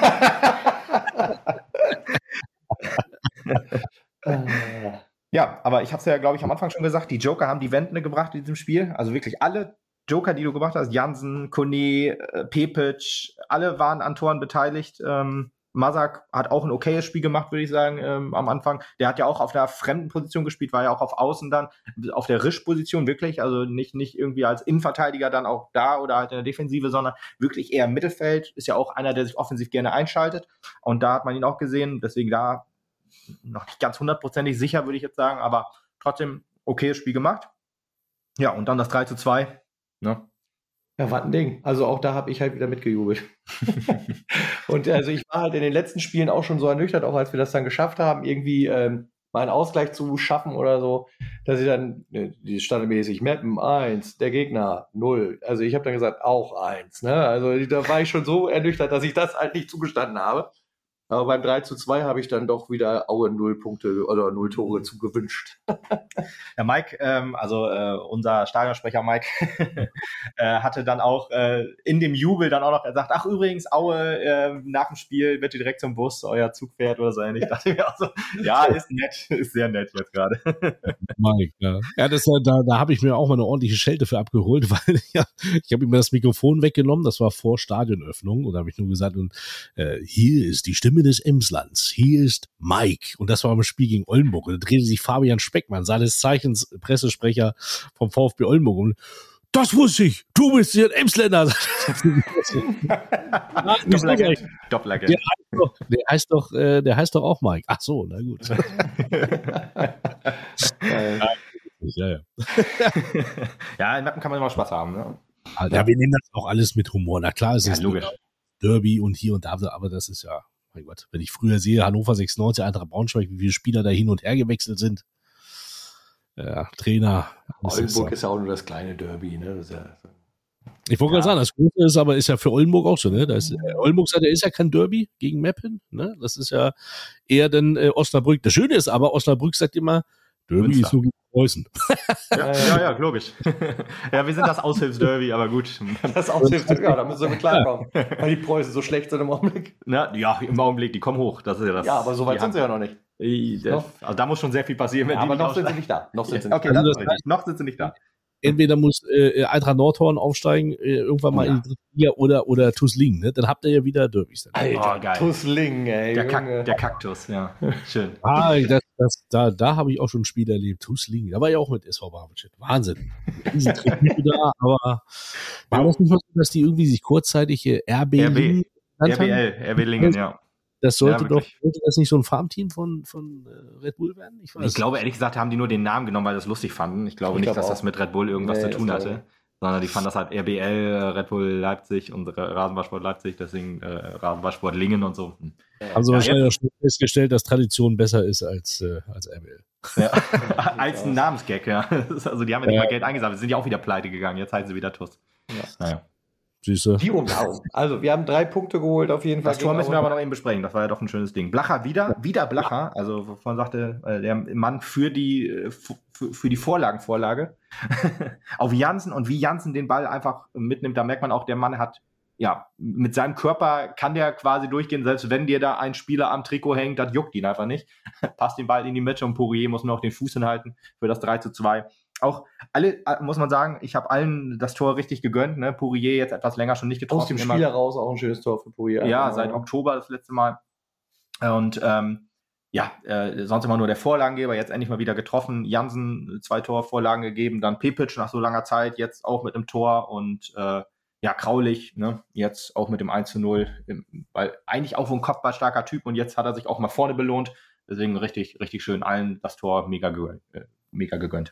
Ja, aber ich habe es ja, glaube ich, am Anfang schon gesagt, die Joker haben die Wende gebracht in diesem Spiel. Also wirklich alle Joker, die du gemacht hast, Jansen, Kone, Pepic, alle waren an Toren beteiligt. Mazak hat auch ein okayes Spiel gemacht, würde ich sagen, am Anfang. Der hat ja auch auf der fremden Position gespielt, war ja auch auf Außen dann, auf der Risch-Position wirklich, also nicht irgendwie als Innenverteidiger dann auch da oder halt in der Defensive, sondern wirklich eher im Mittelfeld. Ist ja auch einer, der sich offensiv gerne einschaltet. Und da hat man ihn auch gesehen, deswegen da noch nicht ganz hundertprozentig sicher, würde ich jetzt sagen, aber trotzdem okayes Spiel gemacht. Ja, und dann das 3:2. Ne? Ja, war ein Ding. Also auch da habe ich halt wieder mitgejubelt. Und also ich war halt in den letzten Spielen auch schon so ernüchtert, auch als wir das dann geschafft haben, irgendwie mal einen Ausgleich zu schaffen oder so, dass ich dann, die standardmäßig, Mappen 1, der Gegner 0. Also ich habe dann gesagt, auch 1. Ne? Also da war ich schon so ernüchtert, dass ich das halt nicht zugestanden habe. Aber beim 3:2 habe ich dann doch wieder Aue 0 Punkte oder 0 Tore zugewünscht. Ja, Mike, unser Stadionsprecher Mike, hatte dann auch in dem Jubel dann auch noch gesagt, ach übrigens, Aue, nach dem Spiel wird ihr direkt zum Bus, euer Zug fährt oder so ähnlich. Ich dachte mir auch so, ja, ist nett, ist sehr nett jetzt gerade. Mike, ja. Ja, da habe ich mir auch mal eine ordentliche Schelte für abgeholt, weil ja, ich habe ihm das Mikrofon weggenommen, das war vor Stadionöffnung und da habe ich nur gesagt, und hier ist die Stimme des Emslands, hier ist Mike. Und das war beim Spiel gegen Oldenburg. Und da drehte sich Fabian Speckmann, seines Zeichens Pressesprecher vom VfB Oldenburg. Und das wusste ich, du bist hier ein Emsländer. Doppelagent. Der heißt doch auch Mike. Ach so, na gut. Ja. Ja, in Mappen kann man immer Spaß haben. Ne? Ja, wir nehmen das auch alles mit Humor. Na klar, es ist logisch. Derby und hier und da, aber das ist ja, mein Gott, wenn ich früher sehe, Hannover 96, Eintracht Braunschweig, wie viele Spieler da hin und her gewechselt sind. Ja, Trainer. Oldenburg ist ja auch nur das kleine Derby, ne? Das ist ja, ich wollte gerade sagen, das Große ist aber, ist ja für Oldenburg auch so, ne? Oldenburg ist ja kein Derby gegen Meppen, ne? Das ist ja eher dann Osnabrück. Das Schöne ist aber, Osnabrück sagt immer, Derby Münster. ist nur gegen Preußen. Ja, logisch. Ja, wir sind das Aushilfsderby, aber gut. das Aushilfsderby, ja, da müssen wir mit klarkommen. Weil die Preußen so schlecht sind im Augenblick. Na, ja, im Augenblick, die kommen hoch. Das ist ja das. Ja, aber so weit sind sie ja noch nicht. Also da muss schon sehr viel passieren. Ja, aber noch sind sie nicht da. Noch sind sie nicht da. Entweder muss Eintracht Nordhorn aufsteigen, irgendwann mal in die dritte Liga oder TuS Lingen, ne? Dann habt ihr ja wieder Derbys. Alter, geil. TuS Lingen, ey. Der Kaktus, ja. Schön. Da habe ich auch schon ein Spiel erlebt. TuS Lingen. Da war ich auch mit SV Barmstedt. Wahnsinn. Diese Tribüne da, aber war das nicht mal so, dass die irgendwie sich kurzzeitig RB Lingen RB Lingen, ja. Das sollte das nicht so ein Farmteam von Red Bull werden? Ich glaube, ehrlich gesagt, haben die nur den Namen genommen, weil sie das lustig fanden. Ich glaube nicht, dass das mit Red Bull irgendwas zu tun hatte, sondern die fanden das halt RBL, Red Bull Leipzig und Rasenballsport Leipzig, deswegen Rasenballsport Lingen und so. Haben sie wahrscheinlich auch schon festgestellt, dass Tradition besser ist als RBL. Ja. Als ein Namensgag, ja. Also die haben ja nicht mal Geld eingesammelt, sind ja auch wieder pleite gegangen, jetzt heißen sie wieder TuS. Ja. Naja. Süße. Also, wir haben 3 Punkte geholt, auf jeden Fall. Das Tor müssen wir aber noch eben besprechen, das war ja doch ein schönes Ding. Blacher wieder Blacher, also wovon sagte der Mann für die Vorlage auf Jansen und wie Jansen den Ball einfach mitnimmt, da merkt man auch, der Mann hat, ja, mit seinem Körper kann der quasi durchgehen, selbst wenn dir da ein Spieler am Trikot hängt, das juckt ihn einfach nicht. Passt den Ball in die Mitte und Poirier muss nur noch den Fuß hinhalten für das 3:2. Auch alle, muss man sagen, ich habe allen das Tor richtig gegönnt. Ne? Poirier jetzt etwas länger schon nicht getroffen. Aus dem Spiel heraus auch ein schönes Tor für Poirier. Ja, seit Oktober das letzte Mal. Und sonst immer nur der Vorlagengeber, jetzt endlich mal wieder getroffen. Jansen 2 Torvorlagen gegeben, dann Pepic nach so langer Zeit, jetzt auch mit einem Tor und Kraulich, ne? Jetzt auch mit dem 1:0, weil eigentlich auch so ein kopfballstarker Typ und jetzt hat er sich auch mal vorne belohnt. Deswegen richtig, richtig schön allen das Tor mega gegönnt.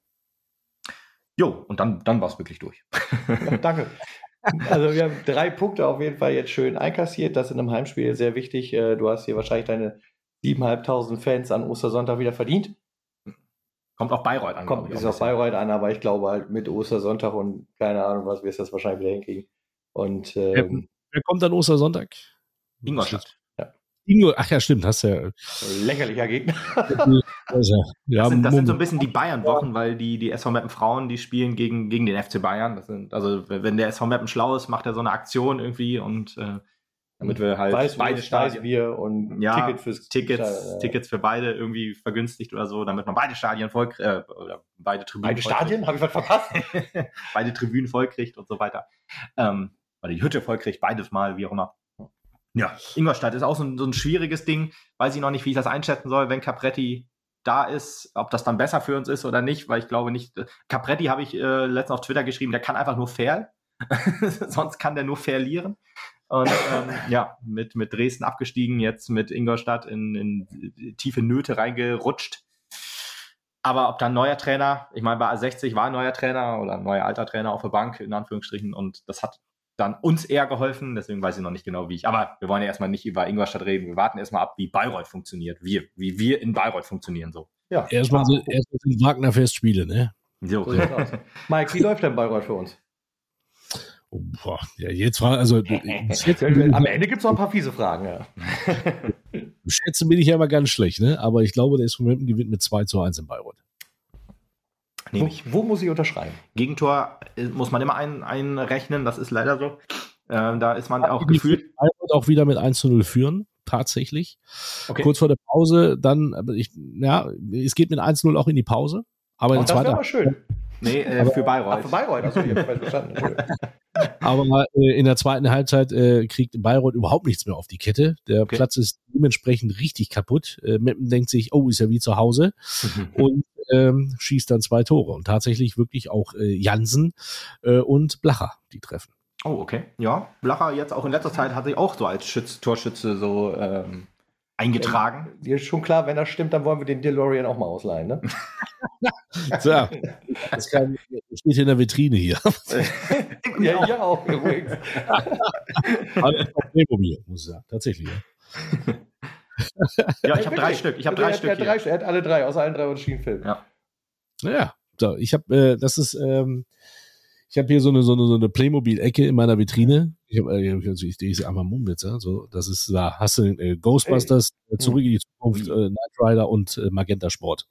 Jo, und dann war es wirklich durch. Ja, danke. Also wir haben 3 Punkte auf jeden Fall jetzt schön einkassiert. Das in einem Heimspiel sehr wichtig. Du hast hier wahrscheinlich deine 7.500 Fans an Ostersonntag wieder verdient. Kommt auf Bayreuth an. Kommt auf Bayreuth an, aber ich glaube halt mit Ostersonntag und keine Ahnung was, wir es das wahrscheinlich wieder hinkriegen. Und wer kommt an Ostersonntag? Ingolstadt. Ach ja, stimmt, hast ja. Lächerlicher Gegner. Das sind so ein bisschen die Bayern-Wochen, weil die SV Meppen Frauen, die spielen gegen den FC Bayern. Also wenn der SV Meppen schlau ist, macht er so eine Aktion irgendwie und damit wir halt beide Stadien Bier und Tickets für beide irgendwie vergünstigt oder so, damit man beide Stadien voll oder beide Tribünen. Beide Stadien? Habe ich was verpasst? Beide Tribünen voll kriegt und so weiter. Oder die Hütte voll kriegt, beides mal, wie auch immer. Ja, Ingolstadt ist auch so ein schwieriges Ding. Weiß ich noch nicht, wie ich das einschätzen soll, wenn Capretti da ist, ob das dann besser für uns ist oder nicht, weil ich glaube nicht. Capretti habe ich letztens auf Twitter geschrieben, der kann einfach nur fair. Sonst kann der nur verlieren. Und mit Dresden abgestiegen, jetzt mit Ingolstadt in tiefe Nöte reingerutscht. Aber ob da ein neuer Trainer, ich meine, bei A60 war ein neuer Trainer oder ein neuer alter Trainer auf der Bank, in Anführungsstrichen, und das hat dann uns eher geholfen, deswegen weiß ich noch nicht genau, wie ich. Aber wir wollen ja erstmal nicht über Ingolstadt reden, wir warten erstmal ab, wie Bayreuth funktioniert, wie wir in Bayreuth funktionieren. So. Ja. Erstmal sind Wagner-Festspiele, ne? So. Mike, wie läuft denn Bayreuth für uns? Oh, boah, ja, jetzt war, also am Ende gibt es noch ein paar fiese Fragen, ja. Schätzen bin ich ja immer ganz schlecht, ne? Aber ich glaube, der SV Meppen gewinnt mit 2:1 in Bayreuth. Wo muss ich unterschreiben? Gegentor muss man immer einrechnen, das ist leider so. Da ist man auch gefühlt. Bayreuth auch wieder mit 1:0 führen, tatsächlich. Okay. Kurz vor der Pause, dann, es geht mit 1:0 auch in die Pause. Aber in das wäre aber schön. Nee, für Bayreuth. Für Bayreuth, achso, ich habe verstanden. Aber in der zweiten Halbzeit kriegt Bayreuth überhaupt nichts mehr auf die Kette. Der Platz ist dementsprechend richtig kaputt. Meppen denkt sich, ist ja wie zu Hause und schießt dann 2 Tore. Und tatsächlich wirklich auch Jansen und Blacher, die treffen. Oh, okay. Ja, Blacher jetzt auch in letzter Zeit hat sich auch so als Torschütze so eingetragen. Dir ist schon klar, wenn das stimmt, dann wollen wir den DeLorean auch mal ausleihen, ne? So, das steht in der Vitrine hier. Ja, hier auch, übrigens. Playmobil, muss ich sagen, tatsächlich. Ja, ich habe 3 Stück. Ich habe 3 Stück. Er hat alle 3, aus allen 3 unterschiedlichen Filmen. Ja. Naja, so, ich habe, ich habe hier so eine Playmobil-Ecke in meiner Vitrine. Ich sehe einmal Mumbitz, ja, so, das ist, da hast du Ghostbusters, Zurück in die Zukunft, Knight Rider und Magenta Sport.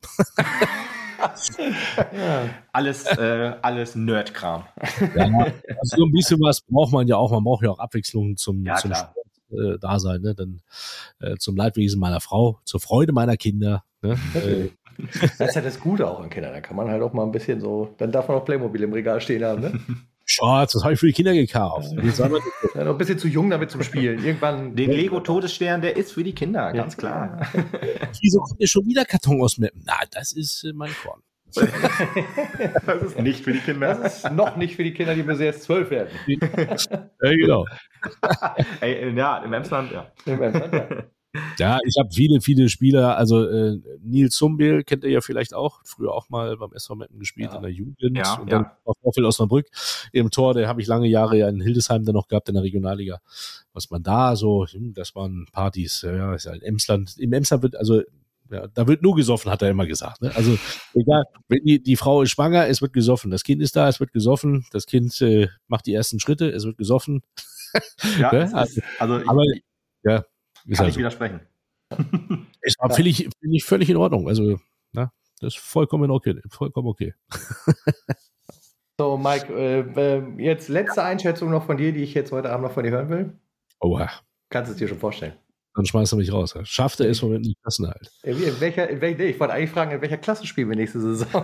Ja. Alles Nerdkram. Ja, also so ein bisschen was braucht man ja auch. Man braucht ja auch Abwechslung zum Sport Dasein, ne? Dann zum Leidwesen meiner Frau, zur Freude meiner Kinder. Ne? Das ist ja das Gute auch an Kindern. Da kann man halt auch mal ein bisschen so, dann darf man auch Playmobil im Regal stehen haben, ne? Schatz, das habe ich für die Kinder gekauft. Ja, noch ein bisschen zu jung damit zum Spielen. Irgendwann. Den Lego-Todesstern, der ist für die Kinder, ganz klar. Wieso kommt hier schon wieder Karton aus Meppen? Na, das ist mein Korn. Das ist nicht für die Kinder. Das ist noch nicht für die Kinder, die bis jetzt 12 werden. Ja, genau. Im Emsland, ja. Ja, ich habe viele Spieler, also Nils Zumbiel kennt ihr ja vielleicht auch, früher auch mal beim SV Meppen gespielt in der Jugend und dann auf Vorfeld Osnabrück im Tor, der habe ich lange Jahre ja in Hildesheim dann noch gehabt in der Regionalliga. Was man da so, das waren Partys, ja, ist halt Emsland, im Emsland wird, also ja, da wird nur gesoffen, hat er immer gesagt. Ne? Also egal, wenn die Frau ist schwanger, es wird gesoffen, das Kind ist da, es wird gesoffen, das Kind macht die ersten Schritte, es wird gesoffen. Ja, ne? Aber ja. Kann ich widersprechen. Es war finde ich völlig in Ordnung. Also, na, das ist vollkommen okay. Vollkommen okay. So, Mike, jetzt letzte Einschätzung noch von dir, die ich jetzt heute Abend noch von dir hören will. Oha. Kannst du es dir schon vorstellen? Dann schmeißt er mich raus. Schafft er es Moment in die Klassenhalt? Ich wollte eigentlich fragen, in welcher Klasse spielen wir nächste Saison?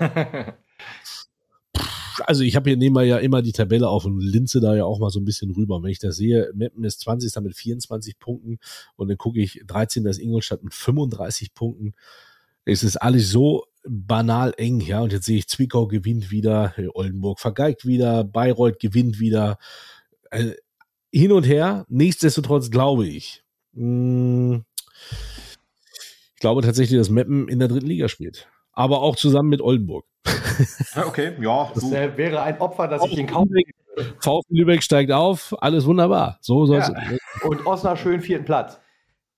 Also ich habe hier nehmen wir ja immer die Tabelle auf und linse da ja auch mal so ein bisschen rüber. Und wenn ich das sehe, Meppen ist 20. mit 24 Punkten und dann gucke ich 13. ist Ingolstadt mit 35 Punkten. Es ist alles so banal eng, ja. Und jetzt sehe ich, Zwickau gewinnt wieder, Oldenburg vergeigt wieder, Bayreuth gewinnt wieder. Hin und her, nichtsdestotrotz glaube ich. Ich glaube tatsächlich, dass Meppen in der 3. Liga spielt. Aber auch zusammen mit Oldenburg. Okay, ja. Das wäre ein Opfer, das ich in Kauf nehme. VfB Lübeck steigt auf, alles wunderbar. So soll es. Und Osnabrück schön 4. Platz.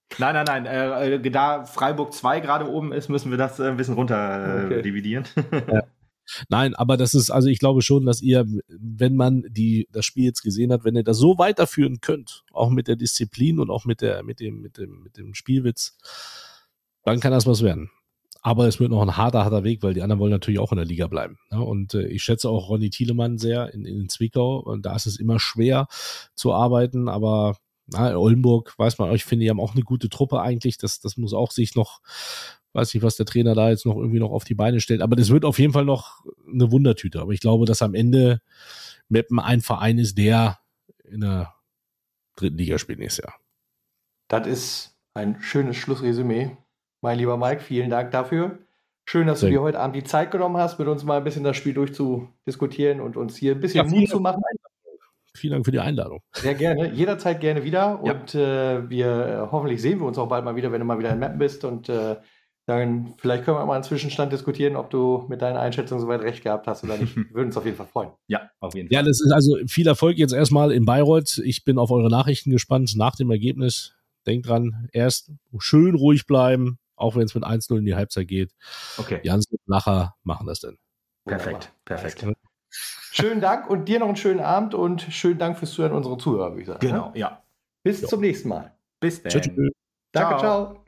Nein. Da Freiburg 2 gerade oben ist, müssen wir das ein bisschen runter dividieren. Ja. Nein, aber das ist, also ich glaube schon, dass ihr, wenn man das Spiel jetzt gesehen hat, wenn ihr das so weiterführen könnt, auch mit der Disziplin und auch mit dem Spielwitz, dann kann das was werden. Aber es wird noch ein harter Weg, weil die anderen wollen natürlich auch in der Liga bleiben. Ne? Und ich schätze auch Ronny Thielemann sehr in Zwickau. Und da ist es immer schwer zu arbeiten. Aber Oldenburg, weiß man, ich finde, die haben auch eine gute Truppe eigentlich. Das muss auch sich noch, weiß nicht, was der Trainer da jetzt noch irgendwie noch auf die Beine stellt. Aber das wird auf jeden Fall noch eine Wundertüte. Aber ich glaube, dass am Ende Meppen ein Verein ist, der in der 3. Liga spielt nächstes Jahr. Das ist ein schönes Schlussresümee. Mein lieber Mike, vielen Dank dafür. Schön, dass du dir heute Abend die Zeit genommen hast, mit uns mal ein bisschen das Spiel durchzudiskutieren und uns hier ein bisschen Mut zu machen. Vielen Dank für die Einladung. Sehr gerne, jederzeit gerne wieder. Ja. Und hoffentlich sehen wir uns auch bald mal wieder, wenn du mal wieder in Meppen bist. Und dann vielleicht können wir mal einen Zwischenstand diskutieren, ob du mit deiner Einschätzung soweit recht gehabt hast oder nicht. Wir würden uns auf jeden Fall freuen. Ja, auf jeden Fall. Ja, das ist also viel Erfolg jetzt erstmal in Bayreuth. Ich bin auf eure Nachrichten gespannt nach dem Ergebnis. Denkt dran, erst schön ruhig bleiben, auch wenn es mit 1-0 in die Halbzeit geht. Okay. Jans und Lacher machen das denn. Perfekt. Schönen Dank und dir noch einen schönen Abend und schönen Dank fürs Zuhören unserer Zuhörer, würde ich sagen. Genau, ja. Bis zum nächsten Mal. Bis dann. Tschüss. Danke, ciao.